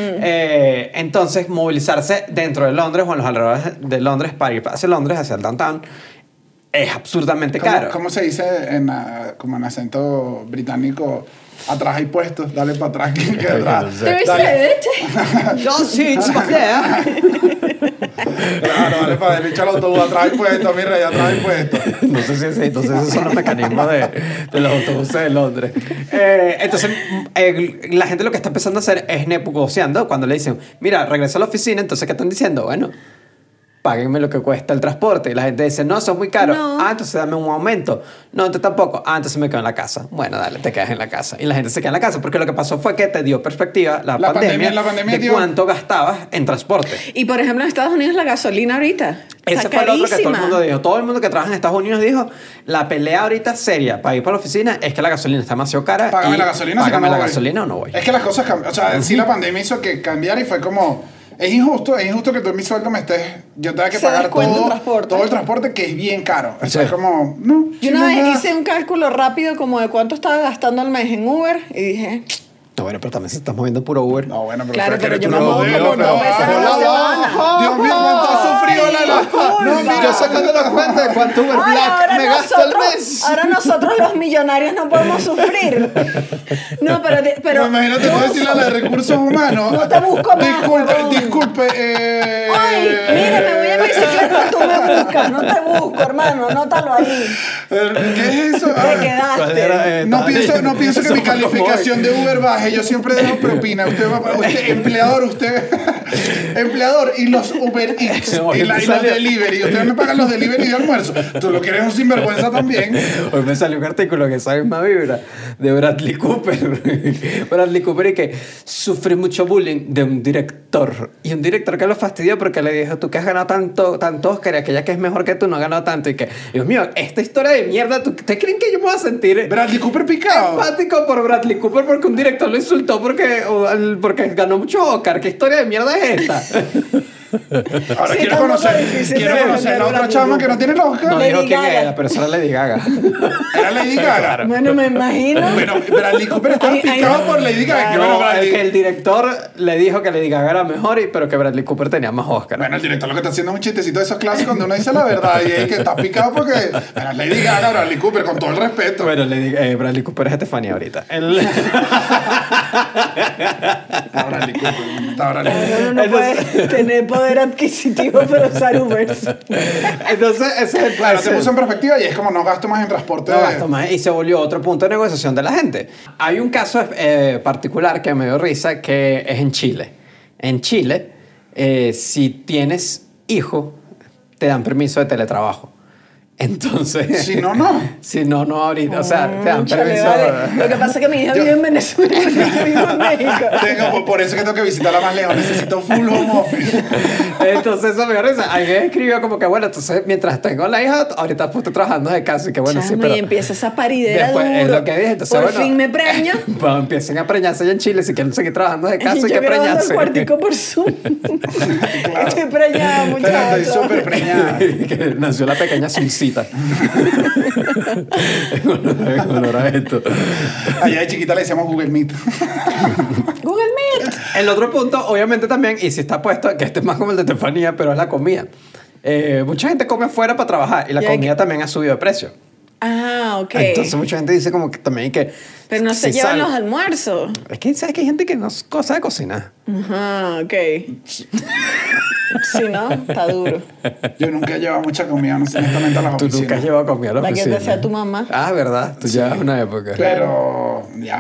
Entonces, movilizarse dentro de Londres o en los alrededores de Londres para ir hacia Londres, hacia el downtown, es absurdamente caro. ¿Cómo se dice como en acento británico? Atrás hay puestos, dale para atrás. Que atrás. There is Dale. it. No, sí, it's back there. Claro, dale para adelante, echa el autobús, atrás hay puestos, mi rey, atrás hay puestos. No sé si es así. Entonces esos son los mecanismos de los autobuses de Londres. Entonces la gente lo que está empezando a hacer es negociando cuando le dicen, mira, regresa a la oficina, entonces ¿qué están diciendo? Bueno, páguenme lo que cuesta el transporte. Y la gente dice, no, eso es muy caro. No. Ah, entonces dame un aumento. No, entonces tampoco. Ah, entonces me quedo en la casa. Bueno, dale, te quedas en la casa. Y la gente se queda en la casa porque lo que pasó fue que te dio perspectiva la pandemia de dio- cuánto gastabas en transporte. Y por ejemplo, en Estados Unidos la gasolina ahorita Ese está fue el otro que todo el carísima. mundo dijo. Todo el mundo que trabaja en Estados Unidos dijo, la pelea ahorita seria para ir para la oficina es que la gasolina está demasiado cara. Págame y la gasolina, si págame no la voy. gasolina o no voy. Es que las cosas cambian. O sea, sí la pandemia hizo que cambiara y fue como... Es injusto que tú en mi sueldo me estés... Yo tenga que Se pagar descuenta el transporte. todo el transporte que es bien caro. O sea, Sí. es como... No, Yo sí, una no vez me da. hice un cálculo rápido como de cuánto estaba gastando al mes en Uber y dije, No, bueno, pero también se está moviendo puro Uber. No, bueno, pero... Claro, pero que yo tú me no muevo lo como digas, 2 veces a la semana. Dios mío, cuánto ha sufrido la... No, mira, Yo sacando la cuenta de cuánto Uber Ay, Black me gasto al mes. ahora nosotros los millonarios no podemos sufrir. No, pero No, imagínate tú decirle a la de recursos humanos. No te busco más, huevón. Disculpe, ay, mira, me voy en bicicleta, tú me buscas, no te busco, hermano, nótalo ahí. ¿Qué es eso? Te ¿Cuál quedaste. era? No pienso que Eso mi fue como calificación de Uber baje. Yo siempre dejo propina. Usted empleador y los Uber Eats y los delivery. Ustedes me pagan los delivery de almuerzo. Tú lo quieres un sinvergüenza también. Hoy me salió un artículo que esa misma vibra de Bradley Cooper. Bradley Cooper y que sufre mucho bullying de un director. Y un director que lo fastidió porque le dijo, tú que has ganado tanto Oscar y aquella que es mejor que tú no ha ganado tanto. Y que, Dios mío, esta historia de mierda, ¿ustedes creen que yo me voy a sentir Bradley Cooper picado. empático por Bradley Cooper porque un director lo insultó porque ganó mucho Oscar? ¿Qué historia de mierda es esta? Ahora Sí, quiero está un poco conocer, difícil quiero de conocer defender la a otra Bradley chama Cooper. que no tiene el Oscar. No Lady dijo quién Gaga. era, pero eso era Lady Gaga. Era Lady Gaga. Bueno, me imagino. Bueno, Bradley Cooper estaba Ay, ay, picado no. por Lady Gaga. Que No, bueno, Bradley- que el director le dijo que Lady Gaga era mejor, pero que Bradley Cooper tenía más Oscar. Bueno, el director lo que está haciendo es un chistecito de esos clásicos donde uno dice la verdad y es que está picado porque bueno, Lady Gaga, Bradley Cooper, con todo el respeto. Bueno, Bradley Cooper es Estefanía ahorita. Está Bradley Cooper. Está Bradley Cooper. Uno no puede tener poder adquisitivo pero usar Ubers. Entonces, ese es el Claro, se ese- puso en perspectiva y es como no gasto más en transporte. No gasto más y se volvió otro punto de negociación de la gente. Hay un caso particular que me dio risa que es en Chile. En Chile, si tienes hijo, te dan permiso de teletrabajo. Entonces, Si no, no. Si no, no ahorita. O sea, te dan Chale, permiso. vale. Lo que pasa es que mi hija vive en Venezuela y yo vivo en México. Por eso es que tengo que visitarla más lejos. Necesito full home office. Entonces eso me dio risa. Alguien escribió como que, bueno, entonces mientras tengo la hija, ahorita pues, estoy trabajando de casa y que bueno, sí, Chamo, pero... y empieza esa paridera Después, duro. es lo que dije, entonces Por bueno, fin me preño. Bueno, empiecen a preñarse allá en Chile si quieren seguir trabajando de casa, Y hay yo que grabando el preñarse. cuartico por Zoom. Estoy preñada, Pero estoy muchachos. súper preñada. Que nació la pequeña Suncita. en honor a esto. Allá de chiquita le decíamos Google Meet. Google Meet. El otro punto, obviamente también, y si está puesto, que este es más como el de Estefanía, pero es la comida. Mucha gente come afuera para trabajar y la Y hay comida también ha subido de precio. Ah, ok. Entonces mucha gente dice como que también que... Pero no se si llevan sal- los almuerzos. Es que sabes que hay gente que no sabe cocinar. Ajá, ok. Sí, ¿no? Está duro. Yo nunca he llevado mucha comida, no sé, honestamente, a las Tú nunca has oficinas. llevado comida a la La que oficina. te hacía tu mamá. Ah, ¿verdad? Tú llevas una época. Pero, ya.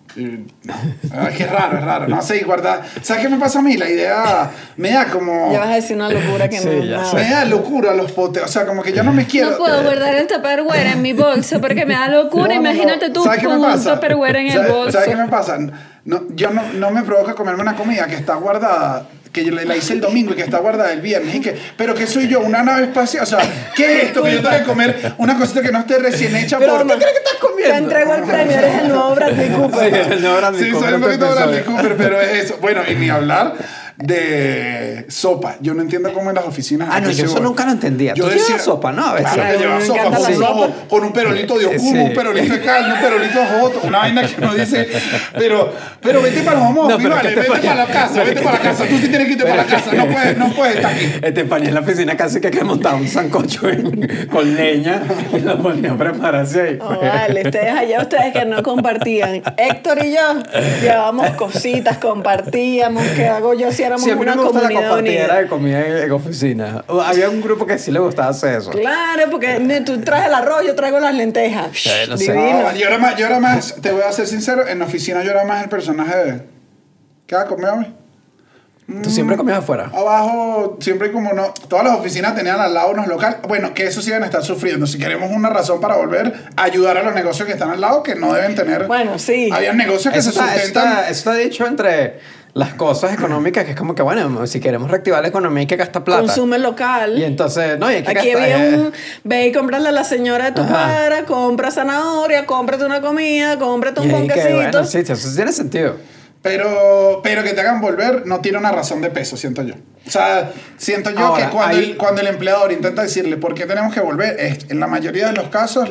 Es que es raro, no sé, guardar. ¿Sabes qué me pasa a mí? La idea me da como. Ya vas a decir una locura que Sí, no. ya no. sé. Me da locura los potes, o sea, como que yo no me quiero. No puedo guardar el Tupperware en mi bolso porque me da locura. No, no, no. Imagínate tú ¿Sabes qué me con un pasa? Tupperware en el ¿Sabes- bolso. ¿Sabes qué me pasa? Yo no me provoca comerme una comida que está guardada, que yo la hice el domingo y que está guardada el viernes. Pero que soy yo, una nave espacial. O sea, ¿qué es esto que yo tengo que comer? Una cosita que no esté recién hecha Pero por. no, ¿Qué crees que estás comiendo? Te entrego el premio, eres el nuevo Bradley Cooper. Sí, el nuevo Bradley Sí, Cooper soy un este poquito Bradley episodio. Cooper, pero es eso. Bueno, y ni hablar de sopa. Yo no entiendo cómo en las oficinas. Ah, no, yo eso nunca lo entendía. Tú llevas sopa, ¿no? A veces. Claro que llevas Me sopa encanta con, la sopa. con un perolito de oscuro, Sí. un perolito de carne, un perolito de joto, una vaina que uno dice, pero vete para los homófilos, pero vale, ¿qué te vete para la casa, vete para la casa. Tú sí tienes que irte para la casa, no puedes estar aquí. Este ponía en la oficina casi que montaba un sancocho con leña y lo ponía a prepararse ahí. Oh, vale, ustedes que no compartían. Héctor y yo llevábamos cositas, compartíamos, que hago yo si éramos Sí, a mí no una me gusta la comunidad compartidera unida. de comida en oficina. Había un grupo que sí le gustaba hacer eso. Claro, porque tú traes el arroz, yo traigo las lentejas. no sé. Divino. No, yo era más, te voy a ser sincero, en la oficina yo era más el personaje de, ¿qué vas a comer hoy? ¿Tú siempre comías afuera? Abajo, siempre como no, todas las oficinas tenían al lado unos locales. Bueno, que eso sí van a estar sufriendo. Si queremos una razón para volver a ayudar a los negocios que están al lado, que no deben tener. Bueno, sí. Había negocios que Eso se está, sustentan. eso está dicho entre las cosas económicas, que es como que, bueno, si queremos reactivar la economía hay que gastar plata. Consume local. Y entonces, no, y hay que Aquí gastar. había un... Ve y cómprale a la señora de tu Ajá. cuadra, compra zanahoria, cómprate una comida, cómprate un y ahí que, ponquecito. bueno, sí, eso sí tiene sentido. Pero que te hagan volver no tiene una razón de peso, siento yo. O sea, siento yo Ahora, que cuando, ahí- cuando el empleador intenta decirle por qué tenemos que volver, en la mayoría de los casos,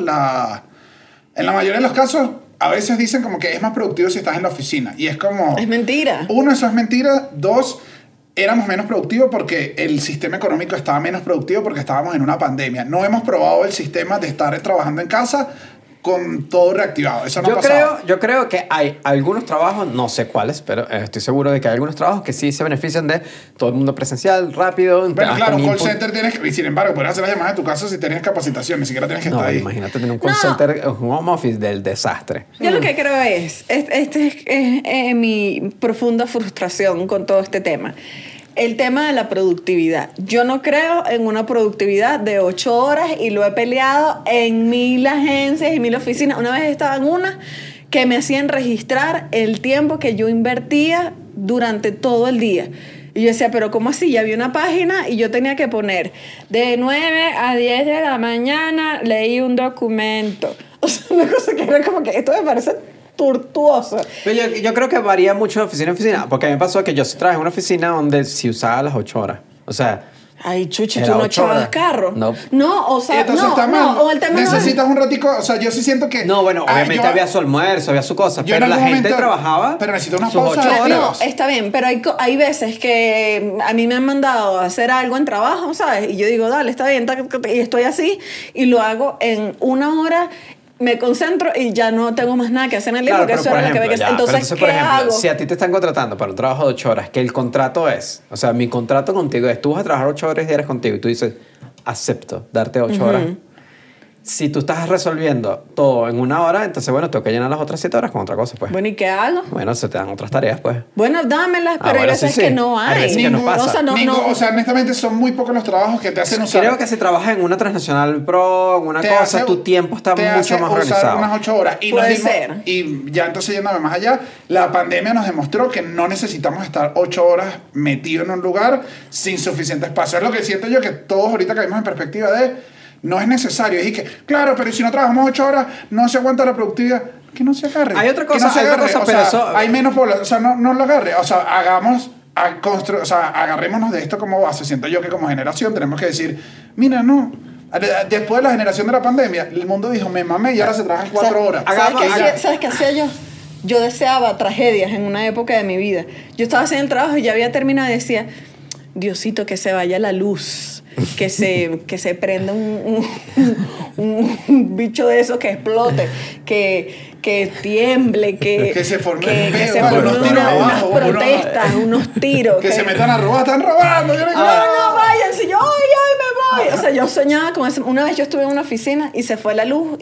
a veces dicen como que es más productivo si estás en la oficina. Y es como... Es mentira. Uno, eso es mentira. Dos, éramos menos productivos porque el sistema económico estaba menos productivo porque estábamos en una pandemia. No hemos probado el sistema de estar trabajando en casa con todo reactivado. Eso no pasaba. Yo creo que hay algunos trabajos, no sé cuáles, pero estoy seguro de que hay algunos trabajos que sí se benefician de todo el mundo presencial, rápido. Bueno, hasta claro, un call input. center tienes que... Y sin embargo, podrías hacer la llamada de tu casa si tienes capacitación. Ni siquiera tienes que No, estar ahí. imagínate tener un call No. center, un home office del desastre. Yo lo que creo es mi profunda frustración con todo este tema. El tema de la productividad. Yo no creo en una productividad de 8 horas y lo he peleado en 1000 agencias y 1000 oficinas. Una vez estaba en una que me hacían registrar el tiempo que yo invertía durante todo el día. Y yo decía, pero ¿cómo así? Ya había una página y yo tenía que poner de 9 a 10 de la mañana leí un documento. O sea, una cosa que era como que esto me parece tortuoso. Pero yo creo que varía mucho de oficina a oficina, porque a mí me pasó que yo sí trabajé en una oficina donde sí usaba las 8 horas. O sea, Ay, Chuchi, Era tú no 8 echabas horas. carro. No. No, o sea, Entonces no, está mal. no, o el tema Necesitas un ratico, o sea, yo sí siento que... no, bueno, obviamente yo- había su almuerzo, había su cosa, yo en pero la algún gente momento- trabajaba pero necesita una sus pausa 8 de- horas. No, está bien, pero hay veces que a mí me han mandado a hacer algo en trabajo, ¿sabes? Y yo digo, dale, está bien, y estoy así, y lo hago en 1 hora, me concentro y ya no tengo más nada que hacer en el día, Claro, porque pero eso por era lo que ejemplo, había que ya, hacer. pero Entonces, por ¿qué ejemplo, hago? si a ti te están contratando para un trabajo de 8 horas, que el contrato es, o sea, mi contrato contigo es, tú vas a trabajar 8 horas diarias contigo y tú dices, acepto darte 8 horas. Si tú estás resolviendo todo en 1 hora, entonces, bueno, tengo que llenar las otras 7 horas con otra cosa, pues. Bueno, ¿y qué hago? Bueno, se te dan otras tareas, pues. Bueno, dámelas, pero bueno, hay veces sí, sí. que no Hay hay. veces que no pasa. O sea, O sea, honestamente son muy pocos los trabajos que te hacen usar... Creo que si trabajas en una transnacional pro, en una te cosa, hace- tu tiempo está te mucho hace más usar organizado. unas 8 horas. Y Puede nos dimos- ser. Y ya entonces yéndome más allá, la pandemia nos demostró que no necesitamos estar 8 horas metidos en un lugar sin suficiente espacio. Es lo que siento yo que todos ahorita caímos en perspectiva de no es necesario. Y que, claro, pero si no trabajamos 8 horas, no se aguanta la productividad. Que no se agarre. Hay otra Que cosa, no se hay otra agarre. cosa, O pero sea, eso- hay menos población. O sea, no lo agarre. O sea, o sea, agarrémonos de esto como base. Siento yo que como generación tenemos que decir, mira, no. Después de la generación de la pandemia, el mundo dijo, me mamé y ahora se trabajan 4 horas. ¿Sabes qué hacía yo? Yo deseaba tragedias en una época de mi vida. Yo estaba haciendo el trabajo y ya había terminado y decía, Diosito, que se vaya la luz, que se prenda un bicho de esos que explote, que tiemble, que se forme que un peo, se vale, formen unos tiros unas abajo, protestas, unos tiros. Que se metan a robar, están robando. Yo no quiero- No, váyanse, yo, ay, me voy. O sea, yo soñaba con eso. Una vez yo estuve en una oficina y se fue la luz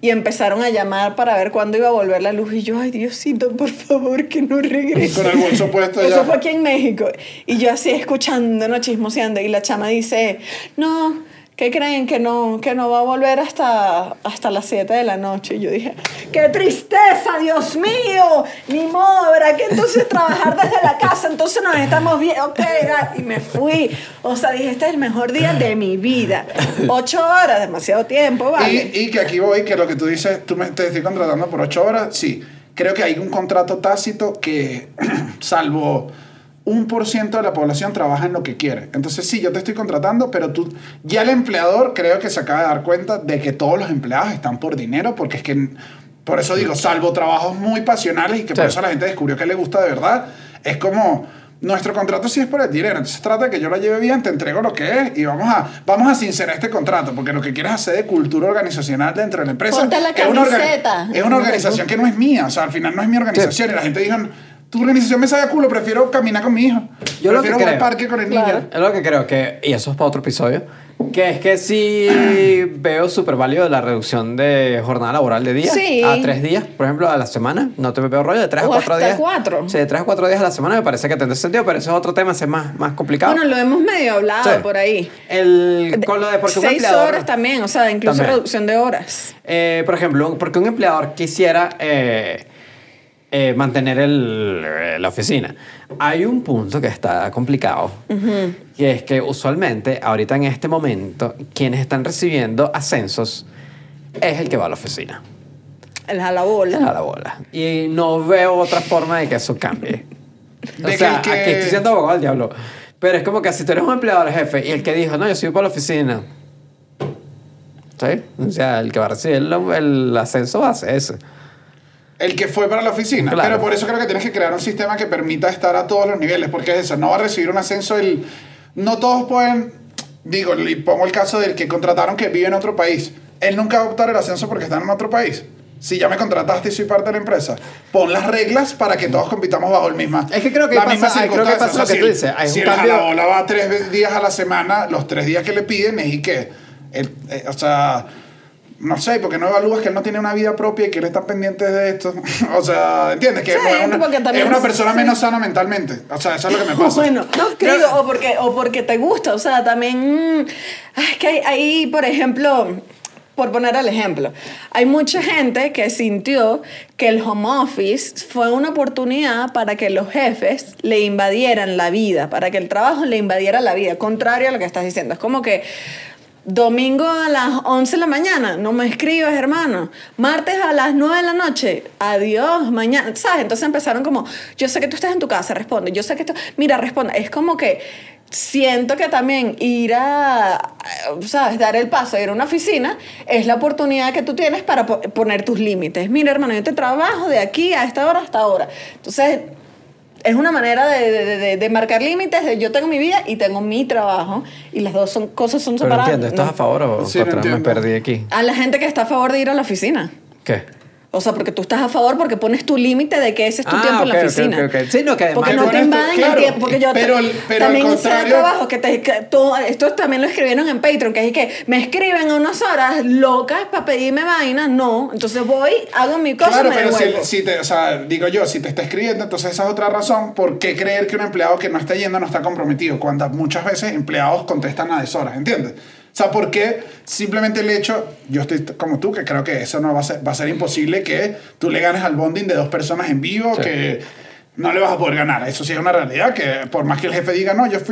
y empezaron a llamar para ver cuándo iba a volver la luz. Y yo, ay, Diosito, por favor, que no regrese. Con el bolso puesto Eso ya. fue aquí en México. Y yo así escuchando, no chismoseando. Y la chama dice, no, ¿qué creen? Que no va a volver hasta las 7 de la noche. Y yo dije, ¡qué tristeza, Dios mío! Ni modo, ¿verdad? Que entonces trabajar desde la casa, entonces nos estamos bien. Ok, y me fui. O sea, dije, este es el mejor día de mi vida. 8 horas, demasiado tiempo, ¿vale? Y que aquí voy, que lo que tú dices, te estoy contratando por 8 horas, sí. Creo que hay un contrato tácito que, salvo 1% de la población trabaja en lo que quiere. Entonces sí, yo te estoy contratando, pero tú, ya el empleador creo que se acaba de dar cuenta de que todos los empleados están por dinero, porque es que, por eso digo, salvo trabajos muy pasionales y que por eso la gente descubrió que le gusta de verdad, es como, nuestro contrato sí es por el dinero, entonces trata de que yo la lleve bien, te entrego lo que es y vamos a sincerar este contrato, porque lo que quieres hacer de cultura organizacional dentro de la empresa Ponte la camiseta. Es una organización que no es mía, o sea, al final no es mi organización, y la gente dijo, tu organización me sabe a culo, prefiero caminar con mi hijo. Yo lo que prefiero ir al creo, parque con el claro, niño. es lo que creo que, y eso es para otro episodio, que es que sí veo súper válido la reducción de jornada laboral de días Sí. a 3 días, por ejemplo, a la semana. No te veo rollo de 3 a O 4 hasta días. 4. Sí, de 3 a 4 días a la semana me parece que tendrá sentido, pero eso es otro tema, ese es más complicado. Bueno, lo hemos medio hablado Sí. por ahí. Con lo de porque un 6 empleador... horas también, o sea, incluso También. reducción de horas. Por ejemplo, porque un empleador quisiera mantener la oficina. Hay un punto que está complicado, que es que usualmente, ahorita en este momento, quienes están recibiendo ascensos es el que va a la oficina. El jalabola. A la bola. Y no veo otra forma de que eso cambie. O De sea, que el que- aquí estoy siendo abogado del diablo. Pero es como que si tú eres un empleador jefe y el que dijo, no, yo soy para la oficina. ¿Sí? O sea, el que va a recibir el ascenso va a ser ese. El que fue para la oficina. Claro. Pero por eso creo que tienes que crear un sistema que permita estar a todos los niveles, porque es eso, no va a recibir un ascenso no todos pueden, digo, y pongo el caso del que contrataron que vive en otro país. Él nunca va a optar el ascenso porque está en otro país. Si ya me contrataste y soy parte de la empresa, pon las reglas para que todos compitamos bajo el mismo. Es que creo que la pasa- misma creo que circunstancia. pasa lo que tú dices, hay Si un el cambio- jalabola va 3 días a la semana, los 3 días que le piden es y que, o sea, no sé, porque no evalúas que él no tiene una vida propia y que él está pendiente de esto. O sea, ¿entiendes? Que Sí, no es porque también- es una persona sí. menos sana mentalmente. O sea, eso es lo que me pasa. Bueno, digo, o porque te gusta, o sea, también es que hay, por ejemplo, por poner el ejemplo, hay mucha gente que sintió que el home office fue una oportunidad para que los jefes le invadieran la vida, para que el trabajo le invadiera la vida, contrario a lo que estás diciendo. Es como que domingo a las 11 de la mañana, no me escribas, hermano. Martes a las 9 de la noche, adiós, mañana. ¿Sabes? Entonces empezaron como, yo sé que tú estás en tu casa, responde. Yo sé que tú, mira, responde. Es como que siento que también ir ¿sabes? Dar el paso a ir a una oficina es la oportunidad que tú tienes para poner tus límites. Mira, hermano, yo te trabajo de aquí a esta hora hasta ahora. Entonces, es una manera de marcar límites, de yo tengo mi vida y tengo mi trabajo, y las dos cosas son Pero separadas. entiendo, ¿estás a favor o Sí, lo contra? Me entiendo. perdí aquí. A la gente que está a favor de ir a la oficina. ¿Qué? O sea, porque tú estás a favor porque pones tu límite de que ese es tu tiempo en la ok, ok, oficina. ok. Sí, no, que además... Porque no te pones tu- invaden claro, el tiempo. Porque yo pero también al sé de contrario- trabajo esto también lo escribieron en Patreon, que es que me escriben a unas horas locas para pedirme vainas. No, entonces voy, hago mi cosa Claro, y me pero devuelvo. o sea, digo yo, si te está escribiendo, entonces esa es otra razón por qué creer que un empleado que no está yendo no está comprometido, cuando muchas veces empleados contestan a deshoras, ¿entiendes? O sea, ¿por qué simplemente el hecho, yo estoy como tú, que creo que eso no va a ser imposible que tú le ganes al bonding de 2 personas en vivo, Sí. que no le vas a poder ganar. Eso sí es una realidad, que por más que el jefe diga, no, yo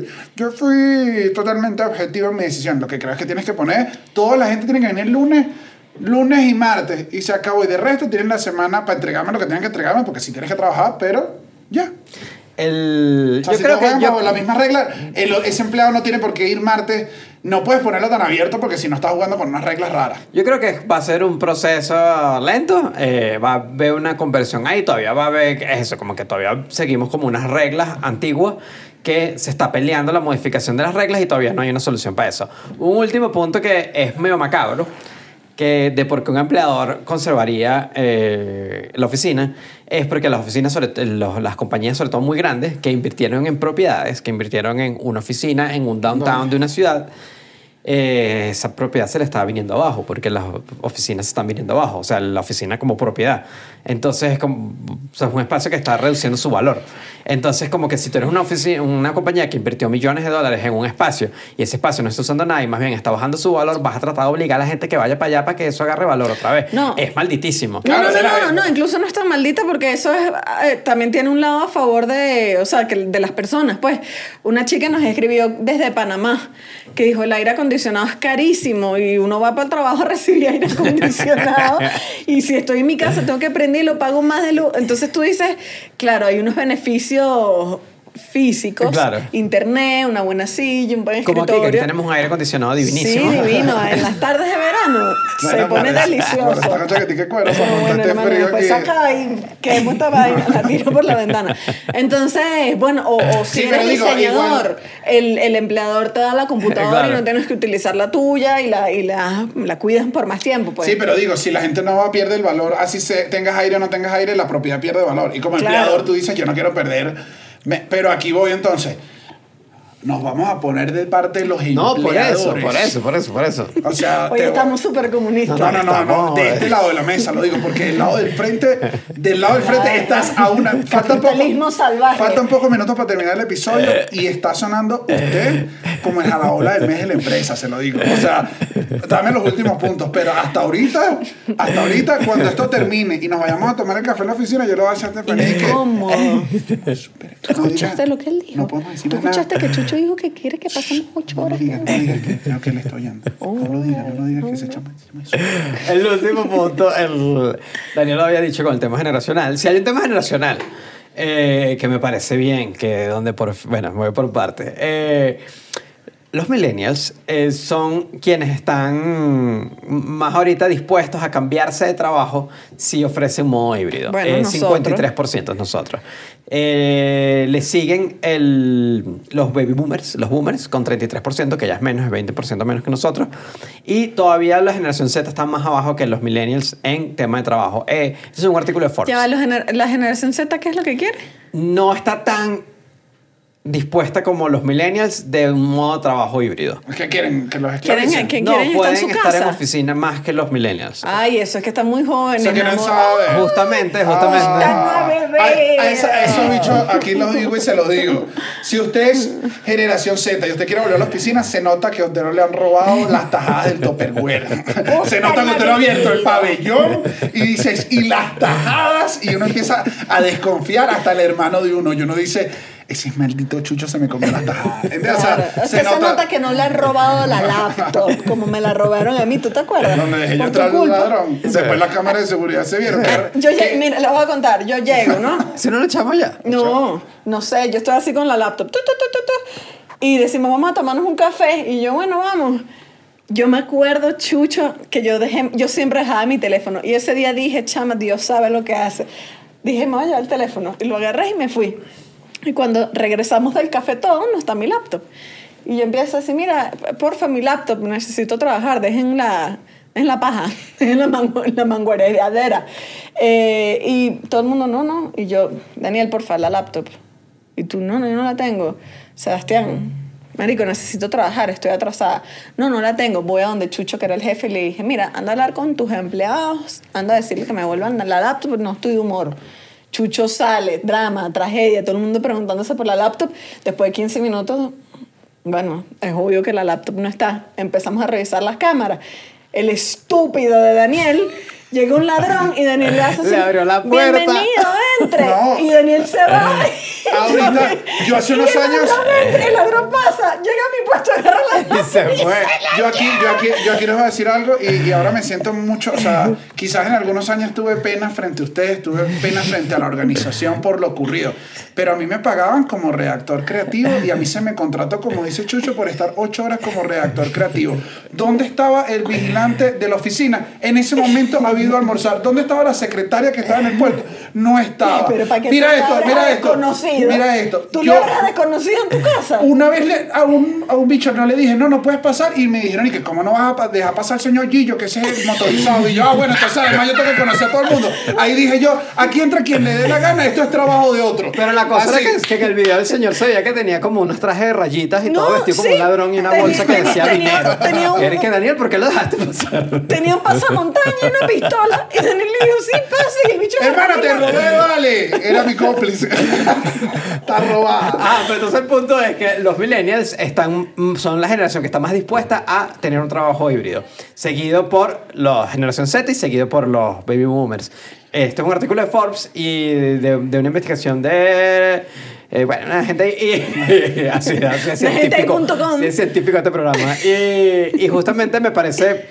fui totalmente objetivo en mi decisión, lo que creo es que tienes que poner, toda la gente tiene que venir lunes y martes, y se acabó. Y de resto tienen la semana para entregarme lo que tengan que entregarme, porque si tienes que trabajar, pero ya. O sea, Yo si creo todos juegan que... bajo la misma regla, ese empleado no tiene por qué ir martes. No puedes ponerlo tan abierto porque si no estás jugando con unas reglas raras. Yo creo que va a ser un proceso lento, va a haber una conversión ahí, todavía va a haber eso, como que todavía seguimos como unas reglas antiguas que se está peleando la modificación de las reglas y todavía no hay una solución para eso. Un último punto que es medio macabro, que de por qué un empleador conservaría la oficina, es porque las oficinas, las compañías sobre todo muy grandes, que invirtieron en propiedades, que invirtieron en una oficina, en un downtown de una ciudad, esa propiedad se le estaba viniendo abajo porque las oficinas se están viniendo abajo, o sea, la oficina como propiedad. Entonces, como, o sea, es un espacio que está reduciendo su valor. Entonces, como que si tú eres una compañía que invirtió millones de dólares en un espacio y ese espacio no está usando nada y más bien está bajando su valor, vas a tratar de obligar a la gente que vaya para allá para que eso agarre valor otra vez. No. Es malditísimo. No, incluso no es tan maldita porque eso es, también tiene un lado a favor de, o sea, que de las personas. Pues una chica nos escribió desde Panamá que dijo, el aire acondicionado es carísimo y uno va para el trabajo a recibir aire acondicionado y si estoy en mi casa tengo que prenderlo, pago más de luz. Entonces tú dices, claro, hay unos beneficios físicos, claro. Internet, una buena silla, un buen como escritorio. aquí, que tenemos un aire acondicionado divinísimo. Sí, divino. En las tardes de verano se pone delicioso. Esta chaquetica de cuero, Bueno, hermano, después saca y que esta vaina, la tiro por la ventana. Entonces, bueno, o si Sí, eres pero digo, diseñador, el empleador te da la computadora Claro. y no tienes que utilizar la tuya y la cuidas por más tiempo. Pues. Sí, pero digo, si la gente no va a perder el valor, así tengas aire o no tengas aire, la propiedad pierde valor. Y como Claro. empleador tú dices, yo no quiero perder. Pero aquí voy entonces. Nos vamos a poner de parte de los No, empleadores. por eso. O sea, Hoy estamos súper comunistas. No, Estamos, de este lado de la mesa lo digo, porque del lado del frente estás a una... Capitalismo salvaje. Faltan pocos minutos para terminar el episodio y está sonando usted como el jalabola del mes de la empresa, se lo digo. O sea, dame los últimos puntos, pero hasta ahorita, cuando esto termine y nos vayamos a tomar el café en la oficina, yo lo voy a echarte feliz. ¿Cómo? ¿Tú No escuchaste digas- lo que él dijo? No podemos decir ¿Tú más nada. escuchaste que Chucho dijo que quiere que pasemos 8 No lo horas? digas, que creo que le estoy oyendo. No lo digas que se echa más encima de eso. El último punto, Daniel lo había dicho con el tema generacional. Si hay un tema generacional que me parece bien, bueno, me voy por parte. Los millennials son quienes están más ahorita dispuestos a cambiarse de trabajo si ofrece un modo híbrido. Bueno, nosotros. 53% nosotros. Le siguen los baby boomers, los boomers, con 33%, que ya es menos, es 20% menos que nosotros. Y todavía la generación Z está más abajo que los millennials en tema de trabajo. Ese es un artículo de Forbes. Ya va, la generación Z, ¿qué es lo que quiere? No está tan dispuesta como los millennials de un modo de trabajo híbrido. ¿Qué quieren? ¿Que los ¿Quieren esclavicen? que- No, quieren estar pueden en su estar casa? en oficina más que los millennials. Ay, eso es que están muy jóvenes. O sea, quieren mi amor. saber. Justamente. Ah, bebé. A esos bichos, aquí los digo y se los digo. Si usted es generación Z y usted quiere volver a la oficina, se nota que a usted no le han robado las tajadas del Tupperware. Se nota que usted no ha abierto el pabellón y dices, y las tajadas, y uno empieza a desconfiar hasta el hermano de uno. Y uno dice, ese maldito Chucho se me comió las tajadas. ¿Entiendes? O sea, Claro. Es que se nota que no le han robado la laptop, como me la robaron a mí, ¿tú te acuerdas? No me dejé yo Por tu entrar un culpa. ladrón. Después las cámaras de seguridad se vieron. Mira, les voy a contar, yo llego, ¿no? Si no lo echamos ya. No sé, yo estoy así con la laptop. Y decimos, vamos a tomarnos un café. Y yo, bueno, vamos. Yo me acuerdo, Chucho, que yo siempre dejaba mi teléfono. Y ese día dije, chama, Dios sabe lo que hace. Dije, me voy a llevar el teléfono. Y lo agarré y me fui. Y cuando regresamos del café todo, no está mi laptop. Y yo empiezo a decir, mira, porfa, mi laptop, necesito trabajar, dejen en la paja, en la mangueradera. Y todo el mundo, no. Y yo, Daniel, porfa, la laptop. Y tú, no, yo no la tengo. Sebastián, marico, necesito trabajar, estoy atrasada. No la tengo. Voy a donde Chucho, que era el jefe, y le dije, mira, anda a hablar con tus empleados, anda a decirle que me vuelvan la laptop, no estoy de humor. Chucho sale, drama, tragedia, todo el mundo preguntándose por la laptop. Después de 15 minutos, bueno, es obvio que la laptop no está. Empezamos a revisar las cámaras. El estúpido de Daniel, llega un ladrón y Daniel le hace así, Le abrió la puerta. bienvenido, entre. No. Y Daniel se va. Ahorita, yo hace unos años... El ladrón pasa, llega a mi puesto, agarra la laptop Y se fue. Yo aquí les voy a decir algo y ahora me siento mucho, o sea, quizás en algunos años tuve pena frente a ustedes, tuve pena frente a la organización por lo ocurrido, pero a mí me pagaban como redactor creativo y a mí se me contrató, como dice Chucho, por estar 8 horas como redactor creativo. ¿Dónde estaba el vigilante de la oficina? En ese momento había ido a almorzar. ¿Dónde estaba la secretaria que estaba en el puerto? no estaba. Pero ¿para qué Mira tú le esto, abres mira a esto. desconocido? Mira esto. ¿Tú Yo- le abres a desconocido en tu casa? Una vez a un bicho no le dije, no puedes pasar. Y me dijeron, y que cómo no vas a dejar pasar al señor Gillo, que ese es el motorizado. Y yo, bueno, entonces además yo tengo que conocer a todo el mundo. Ahí dije yo, aquí entra quien le dé la gana, esto es trabajo de otro. Pero la cosa Así. era que en el video el señor se veía que tenía como unos trajes de rayitas y No, todo vestido como sí. un ladrón y una Tenía- bolsa que decía tenía- dinero. tenía un- Era que Daniel, ¿por qué lo dejaste pasar? Tenía un pasamontaña y una pistola. Y Daniel le dijo, sí, pasa. Y el bicho Hermano, te robé, vale. Era mi cómplice. Está robada. Ah, pero entonces el punto es que los millennials son la generación que está más dispuesta a tener un trabajo híbrido, seguido por la generación Z y seguido por los baby boomers. Este es un artículo de Forbes y de una investigación de... bueno, una gente así es científico, gente.com. sí, es científico este programa. Y justamente me parece...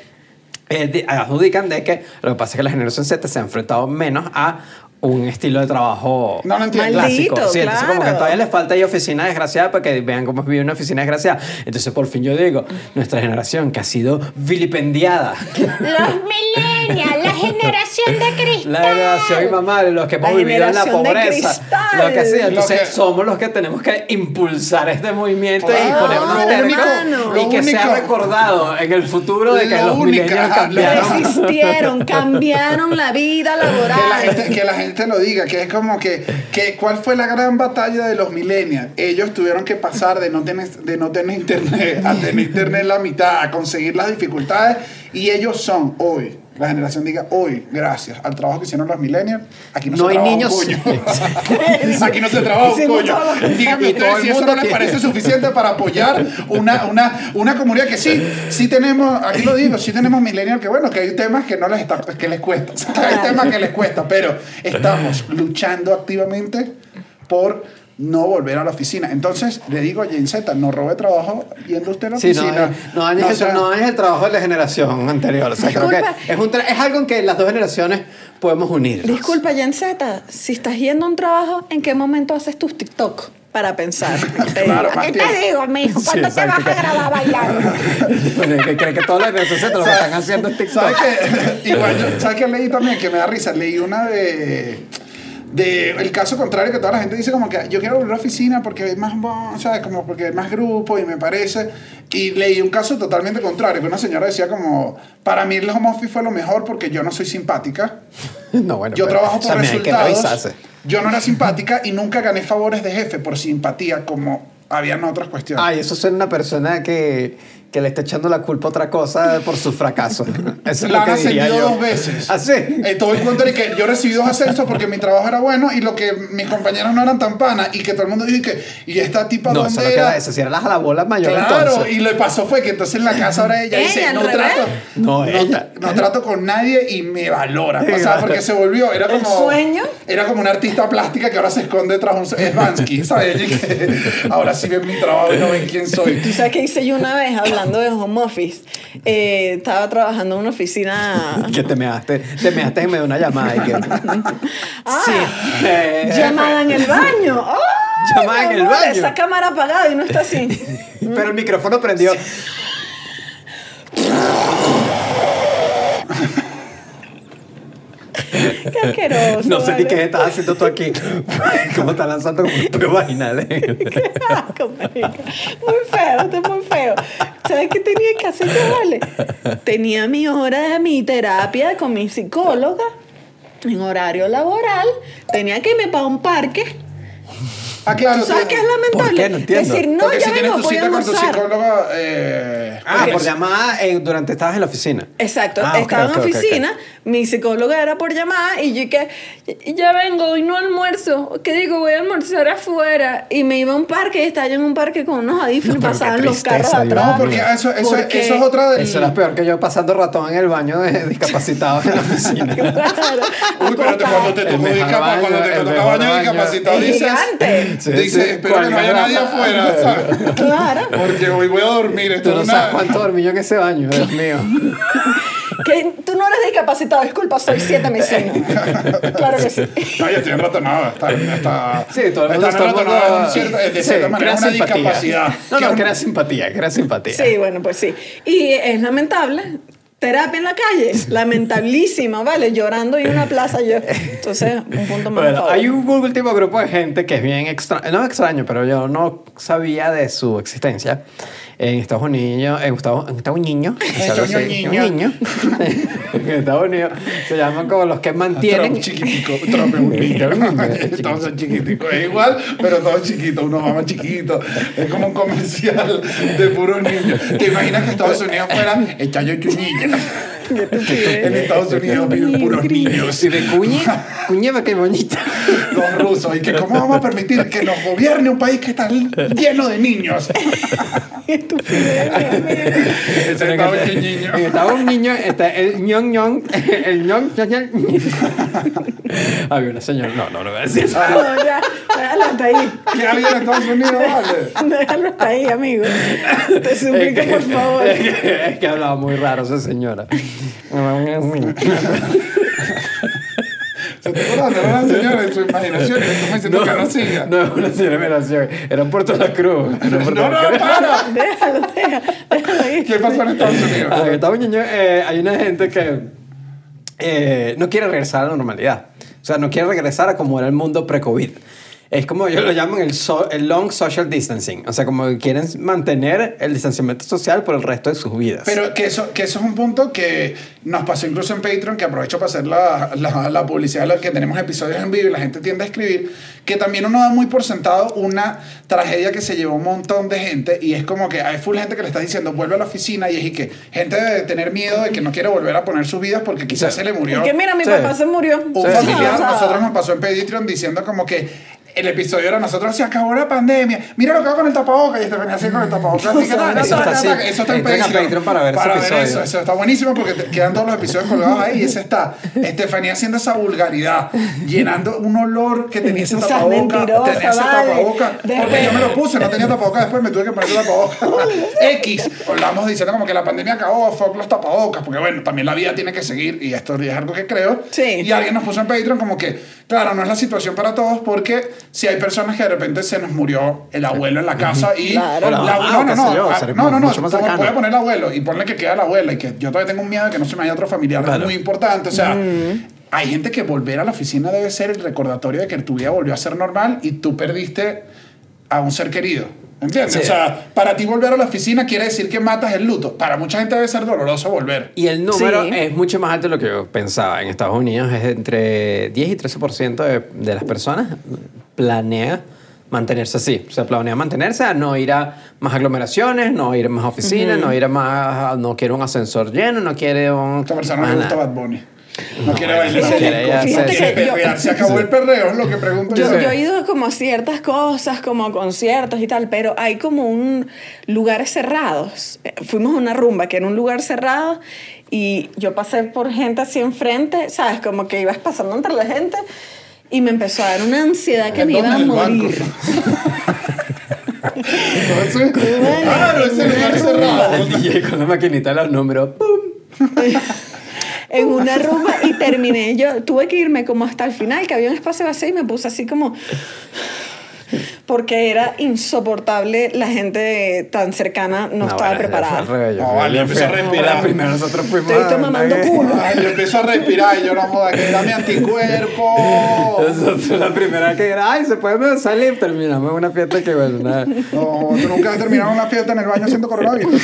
adjudican de que lo que pasa es que la generación Z se ha enfrentado menos a un estilo de trabajo No lo entiendo. Maldito. clásico. Sí, entonces como que claro. todavía les falta ahí oficina desgraciada para que vean cómo vive una oficina desgraciada. Entonces por fin yo digo, nuestra generación que ha sido vilipendiada. Los millennials, la generación de cristal. La generación y mamá, los que hemos La vivido en la generación de pobreza. cristal. Lo que sea. Entonces Lo que- somos los que tenemos que impulsar este movimiento y Claro, ponernos lo tercos único- y que sea recordado en el futuro de que Lo los único, millennials ajá, cambiaron. Resistieron, cambiaron la vida laboral. Que la gente lo diga, que es como que ¿cuál fue la gran batalla de los millennials? Ellos tuvieron que pasar de no tener internet a tener internet la mitad, a conseguir las dificultades, y ellos son hoy, la generación diga hoy, gracias al trabajo que hicieron los millennials, aquí no, No se hay trabaja niños. un coño. Aquí no se trabaja un Hicimos coño. todo lo que Díganme y todo ustedes el si eso mundo no les tiene. parece suficiente para apoyar una comunidad que sí tenemos, aquí lo digo, sí tenemos millennials, que bueno, que hay temas que no les está, que les cuesta, o sea, hay temas que les cuesta, pero estamos luchando activamente por no volver a la oficina. Entonces, le digo a Gen Z, no robe trabajo yendo usted a la Sí, oficina. no es el trabajo de la generación anterior. O sea, creo que Disculpa. es algo en que las dos generaciones podemos unir. Disculpa, Gen Z, si estás yendo a un trabajo, ¿en qué momento haces tus TikTok? Para pensar. Te Claro, digo, más ¿Qué tiempo. te digo, mijo? ¿Cuándo Sí, te vas exacto. a grabar bailando? Que cree que todas las redes sociales lo que están haciendo es TikTok. ¿Sabes qué? Igual, ¿sabes qué leí también? Que me da risa. Leí una de el caso contrario, que toda la gente dice como que yo quiero volver a la oficina porque hay más, ¿sabes? Como porque hay más grupo y me parece. Y leí un caso totalmente contrario, que una señora decía como, para mí el home office fue lo mejor porque yo no soy simpática. No, bueno, Yo pero trabajo por también hay que resultados. revisarse. Yo no era simpática y nunca gané favores de jefe por simpatía como habían otras cuestiones. Ay, eso suena una persona que le está echando la culpa a otra cosa por su fracaso. Eso es La lo que han diría ascendido yo. 2 veces. ¿Ah, sí? Todo el cuento de que yo recibí 2 ascensos porque mi trabajo era bueno y lo que mis compañeros no eran tan panas y que todo el mundo dijo que, ¿y esta tipa No, eso dónde no era? queda eso. Si era la jalabola mayor Claro, entonces. y lo que pasó fue que entonces en la casa ahora ella Ella, dice, al no revés. trato, No, ella. no trato con nadie y me valora. O sea, Claro. porque se volvió, era ¿El como... sueño? Era como una artista plástica que ahora se esconde tras un... Es Bansky, ¿sabes? Y que ahora sí ven mi trabajo y no ven quién soy. ¿Tú sabes qué hice yo una vez hablando de home office? Estaba trabajando en una oficina. Que te measte en medio de una llamada. Y que... Ah, sí. llamada en el baño. ¡Ay, Llamada en mi el amor! baño. Esa cámara apagada y no está así. Pero el micrófono prendió. Qué asqueroso. No sé ni vale. qué estás haciendo tú aquí. ¿Cómo estás lanzando como un peo vaginal? Qué asco, marica. Muy feo, esto es muy feo. ¿Sabes qué tenía que hacer yo, vale? Tenía mi hora de mi terapia con mi psicóloga en horario laboral. Tenía que irme para un parque. Ah, claro. ¿Tú sabes qué es lamentable? ¿Por qué? No entiendo. Decir, no, Porque ya si tienes vengo, tu voy a cita con tu almorzar. psicóloga... Por llamada durante estabas en la oficina. Exacto, Ah, ok, estaba ok, en ok, oficina, mi psicóloga era por llamada y yo que ya vengo y no almuerzo, ¿qué digo? Voy a almorzar afuera y me iba a un parque y estaba yo en un parque con unos audífonos y No, pero qué pasaban los tristeza, carros Dios atrás. No, porque Porque- eso es otra del... Eso era peor que yo pasando ratón en el baño de discapacitados en la oficina. Claro, Uy, pero cuando te El tocó mejor cuando te baño, el toca mejor baño baño. discapacitado, Es dices... gigante. Sí, Dice, sí, espero que no haya nadie afuera, ¿sabes? Claro. Porque hoy voy a dormir. Esto Tú no es sabes una... cuánto dormí yo en ese baño, Dios mío. Que tú no eres discapacitado, disculpa, soy 7 medicina. Claro que sí. No, yo estoy enratonado. Está, Sí, todo el mundo está enratonado de cierta manera, crea una simpatía. discapacidad. No, Que no, es crea simpatía, crea simpatía. Sí, bueno, pues sí. Y es lamentable terapia en la calle, lamentablísima, ¿vale? Llorando en una plaza yo. Entonces, un punto más. Bueno, hay un último grupo de gente que es bien extraño, no extraño, pero yo no sabía de su existencia. En Estados Unidos, en Estados Unidos, en Estados Unidos se llaman como los que mantienen. Trump chiquitico, Trump es un niño. Todos son chiquiticos, es igual, pero todos chiquitos, uno más chiquito. Es como un comercial de puros niños. ¿Te imaginas que Estados Unidos fuera el Chayo Chuñilla? En Estados Unidos viven puros niños. Y de cuña, qué bonita. Los rusos. Y que cómo vamos a permitir que nos gobierne un país que está lleno de niños. Ese estaba el niño. En Estados Unidos está el ñong. El ñong. Había una señora. No voy a decir eso. No, ya, déjalo hasta ahí. ¿Qué había en Estados Unidos, vale? Déjalo hasta ahí, amigo. Te suplico, por favor. Es que hablaba muy raro esa señora. ¿Se te acuerdas? Era una señora en su imaginación y tú me diciendo que no siga. No es una señora de imaginación. Era en Puerto La Cruz. Para. Déjalo ahí. ¿Qué pasó en Estados Unidos? En Estados Unidos hay una gente que no quiere regresar a la normalidad. O sea, no quiere regresar a como era el mundo pre-COVID. Es como ellos lo llaman el long social distancing. O sea, como que quieren mantener el distanciamiento social por el resto de sus vidas. Pero que eso es un punto que nos pasó incluso en Patreon, que aprovecho para hacer la publicidad de lo que tenemos episodios en vivo y la gente tiende a escribir, que también uno da muy por sentado una tragedia que se llevó un montón de gente y es como que hay full gente que le está diciendo vuelve a la oficina y que gente debe tener miedo de que no quiere volver a poner sus vidas porque quizás se le murió. Porque mira, mi papá se murió. Un familiar, nosotros nos pasó en Patreon diciendo como que el episodio era nosotros, se acabó la pandemia, mira lo que hago con el tapabocas y Estefanía así con el tapabocas. Eso está en Patreon para ver ese episodio. Eso está buenísimo porque quedan todos los episodios colgados ahí y ese está Estefanía haciendo esa vulgaridad, llenando un olor que tenía ese tapabocas, porque yo me lo puse, no tenía tapabocas, después me tuve que poner el tapabocas. X, hablamos diciendo como que la pandemia acabó, fuck los tapabocas, porque bueno, también la vida tiene que seguir y esto es algo que creo. Sí. Y alguien nos puso en Patreon como que, claro, no es la situación para todos porque si hay personas que de repente se nos murió el abuelo en la casa y claro, puede poner el abuelo y ponle que queda la abuela y que yo todavía tengo un miedo de que no se me haya otro familiar muy importante, o sea, hay gente que volver a la oficina debe ser el recordatorio de que tu vida volvió a ser normal y tú perdiste a un ser querido. ¿Entiendes? Sí. O sea, para ti volver a la oficina quiere decir que matas el luto. Para mucha gente debe ser doloroso volver. Y el número es mucho más alto de lo que yo pensaba. En Estados Unidos es entre 10 y 13% de las personas planea mantenerse así. O sea, planea mantenerse a no ir a más aglomeraciones, no ir a más oficinas, no ir a más... No quiere un ascensor lleno, no quiere un... Esta persona no le gusta Bad Bunny. No quiere bailar. Fíjate que se acabó el perreo, es lo que pregunto yo. Yo he ido como a ciertas cosas, como conciertos y tal, pero hay como lugares cerrados. Fuimos a una rumba que era un lugar cerrado y yo pasé por gente así enfrente, ¿sabes? Como que ibas pasando entre la gente y me empezó a dar una ansiedad que me iba a morir. Claro, ese lugar cerrado. El DJ con la maquinita de los números. ¡Pum! En una rumba y terminé. Yo tuve que irme como hasta el final, que había un espacio vacío y me puse así como... Porque era insoportable, la gente tan cercana no estaba preparada. Yo empecé a respirar. Primero nosotros fuimos... Estoy mamando culo. Yo empiezo a respirar y yo no joda, que era mi anticuerpo. Nosotros la primera que era, ay, se puede salir, terminamos en una fiesta que bueno, nada. No, tú nunca has terminado una fiesta en el baño haciendo coronavirus.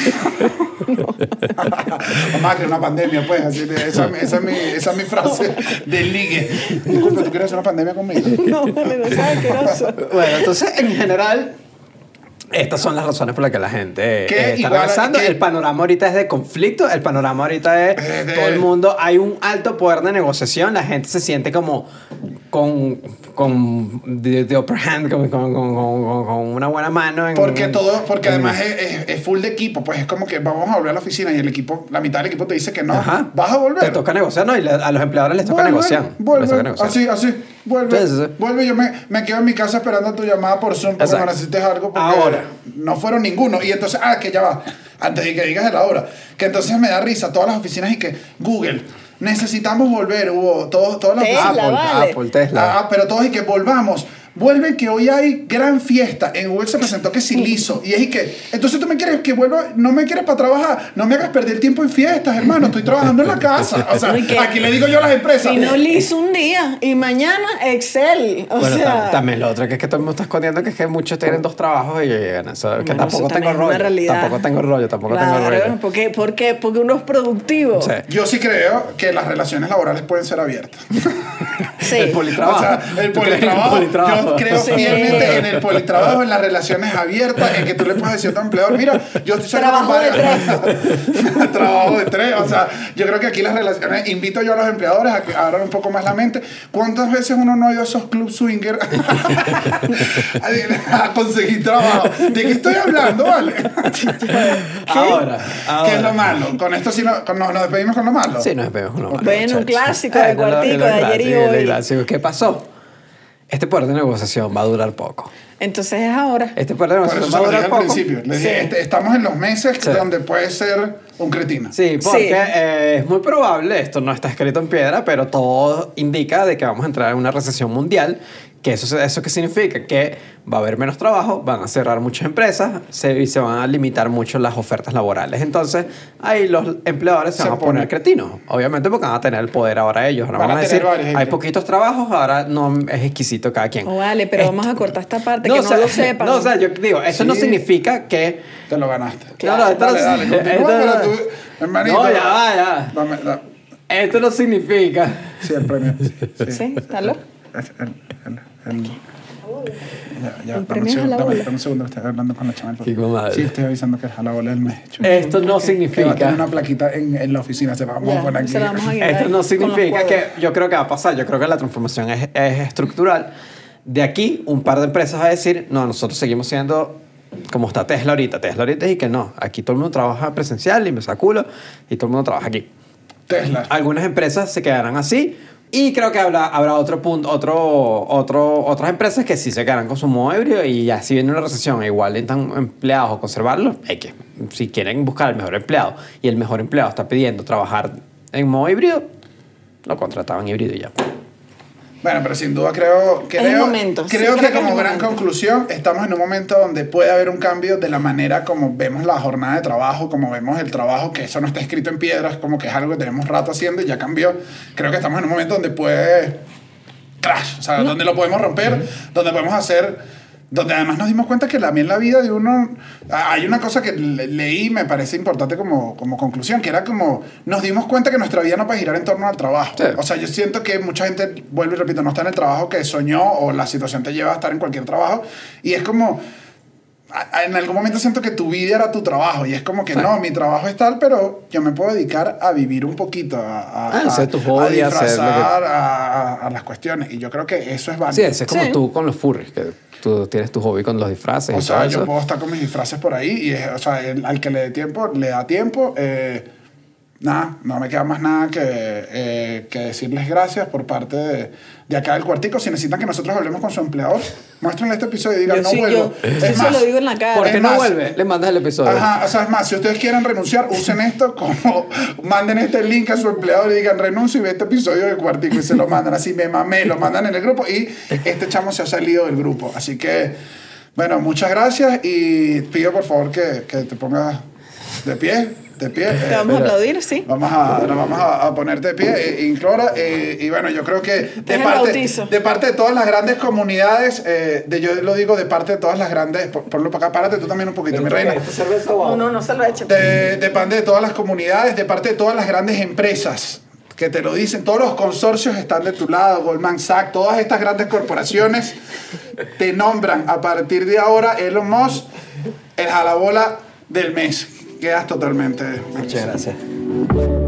Mamá, que una pandemia, pues, así esa es mi frase del ligue. Disculpe, ¿tú quieres hacer una pandemia conmigo? No, vale, no sabes qué oso. Bueno, entonces, en general, estas son las razones por las que la gente está regresando. El panorama ahorita es de conflicto, el panorama ahorita es todo el mundo, hay un alto poder de negociación, la gente se siente como con the upper hand, con una buena mano. Porque además es full de equipo, pues es como que vamos a volver a la oficina y el equipo, la mitad del equipo te dice que no, vas a volver. Te toca negociar, ¿no? Y a los empleadores les toca negociar. Así, vuelve. Yo me quedo en mi casa esperando tu llamada por Zoom porque me necesites algo porque ahora no fueron ninguno. Y entonces, que ya va, antes de que digas la hora, que entonces me da risa todas las oficinas y que Google... Necesitamos volver, hubo todas las Tesla, Apple, Tesla. pero todos y que volvamos vuelve que hoy hay gran fiesta. En Google se presentó que sí liso. Y es y que, entonces tú me quieres que vuelva, no me quieres para trabajar, no me hagas perder tiempo en fiestas, hermano, estoy trabajando en la casa. O sea, aquí le digo yo a las empresas. Si no liso un día y mañana Excel. O Bueno, sea, también lo otro que es que todo el mundo está escondiendo que es que muchos tienen 2 trabajos y llegan a eso. Que bueno, tampoco eso tengo también es una rollo. realidad. Tampoco tengo rollo, tampoco claro, tengo rollo. ¿Por qué? Porque uno es productivo. Sí. Yo sí creo que las relaciones laborales pueden ser abiertas. Sí. El politrabajo. O sea, el ¿Tú crees en el politrabajo. politrabajo? Yo creo Sí. fielmente en el politrabajo, en las relaciones abiertas, en que tú le puedes decir a tu empleador, mira, yo estoy sacando Trabajo de Trabajo de 3. O sea, yo creo que aquí las relaciones, invito yo a los empleadores a que abran un poco más la mente. ¿Cuántas veces uno no ha ido a esos clubs swinger a conseguir trabajo? ¿De qué estoy hablando, vale? Ahora. ¿Qué es lo malo? Con esto sí nos despedimos con lo malo. Sí, nos despedimos con lo malo. Bueno, un muchachos. clásico de Cuartico de ayer y clásico, hoy. el clásico. ¿Qué pasó? Este poder de negociación va a durar poco. Entonces es ahora. Este poder de Por negociación eso va a se lo dije durar al poco. principio. Les dije, Sí. estamos en los meses Sí. donde puede ser un cretino. Sí, porque Sí. es muy probable, esto no está escrito en piedra, pero todo indica de que vamos a entrar en una recesión mundial. Que ¿Eso qué significa? Que va a haber menos trabajo, van a cerrar muchas empresas y se van a limitar mucho las ofertas laborales. Entonces, ahí los empleadores se van a poner cretinos. Obviamente porque van a tener el poder ahora ellos. Ahora Van van a a tener decir, varios, hay poquitos trabajos, ahora no es exquisito cada quien. Oh, vale, pero vamos a cortar esta parte que o no sea, lo sepan. No, o sea, yo digo, eso no Sí. significa que... Te lo ganaste. No, no, esto Dale, no, dale, continúa, esto pero no- tú, hermanito. No, ya va, ya. Dame. Esto no significa... Sí, el premio. Sí. Sí, ¿aló? Ya, El dame premio es a la bola. dame un segundo, estoy hablando con la chama. Qué comadre. Sí, estoy avisando que es a la bola del mes. Esto no Que va a tener significa... una plaquita en la oficina, se la vamos Ya, a poner aquí. se la vamos a guiar Esto ahí, no con significa los que cuadros. yo creo que va a pasar. Yo creo que la transformación es estructural. De aquí, un par de empresas va a decir, no, nosotros seguimos siendo como está Tesla ahorita. Tesla ahorita y que no. Aquí todo el mundo trabaja presencial y me saculo y todo el mundo trabaja aquí. Tesla. Algunas empresas se quedarán así y creo que habrá otro punto, otras empresas que sí se quedarán con su modo híbrido y ya si viene una recesión e igual necesitan empleados o conservarlos, hay que, si quieren buscar el mejor empleado y el mejor empleado está pidiendo trabajar en modo híbrido, lo contrataban híbrido y ya. Bueno, pero sin duda creo el momento, sí, creo creo que que es como el gran momento. conclusión estamos en un momento donde puede haber un cambio de la manera como vemos la jornada de trabajo, como vemos el trabajo, que eso no está escrito en piedras, como que es algo que tenemos rato haciendo y ya cambió. Creo que estamos en un momento donde puede crash, o sea, donde lo podemos romper, donde podemos hacer, donde además nos dimos cuenta que también la vida de uno, hay una cosa que leí y me parece importante como conclusión, que era como, nos dimos cuenta que nuestra vida no puede girar en torno al trabajo. Sí. O sea, yo siento que mucha gente, vuelvo y repito, no está en el trabajo que soñó o la situación te lleva a estar en cualquier trabajo y es como... En algún momento siento que tu vida era tu trabajo y es como que no, mi trabajo es tal, pero yo me puedo dedicar a vivir un poquito, a hacer tu hobby, a hacer lo que- disfrazar, a las cuestiones y yo creo que eso es Sí, válido. ese es como Sí. tú con los furries, que tú tienes tu hobby con los disfraces O y sea, todo yo eso. puedo estar con mis disfraces por ahí y o sea, al que le dé tiempo, le da tiempo. Nada, no me queda más nada que decirles gracias por parte de acá del Cuartico. Si necesitan que nosotros hablemos con su empleador, muéstrenle este episodio y digan, Yo no sí, vuelvo. yo Es sí se más, lo digo en la cara. ¿Por qué es no más, vuelve? Le mandas el episodio. Ajá, o sea, es más, si ustedes quieren renunciar, usen esto como manden este link a su empleador y digan renuncio y ve este episodio del Cuartico y se lo mandan así, me mamé, lo mandan en el grupo y este chamo se ha salido del grupo. Así que, bueno, muchas gracias y pido por favor que te pongas de pie. De pie. Te vamos a aplaudir, sí. Nos vamos a ponerte de pie, Inclora. Y bueno, yo creo que el bautizo. de parte de todas las grandes comunidades, yo lo digo de parte de todas las grandes, ponlo para acá, párate tú también un poquito, mi reina. Esta cerveza, wow. No se lo echen. De parte de todas las comunidades, de parte de todas las grandes empresas que te lo dicen, todos los consorcios están de tu lado, Goldman Sachs, todas estas grandes corporaciones te nombran a partir de ahora Elon Musk el jalabola del mes. Quedas totalmente. Muchas gracias.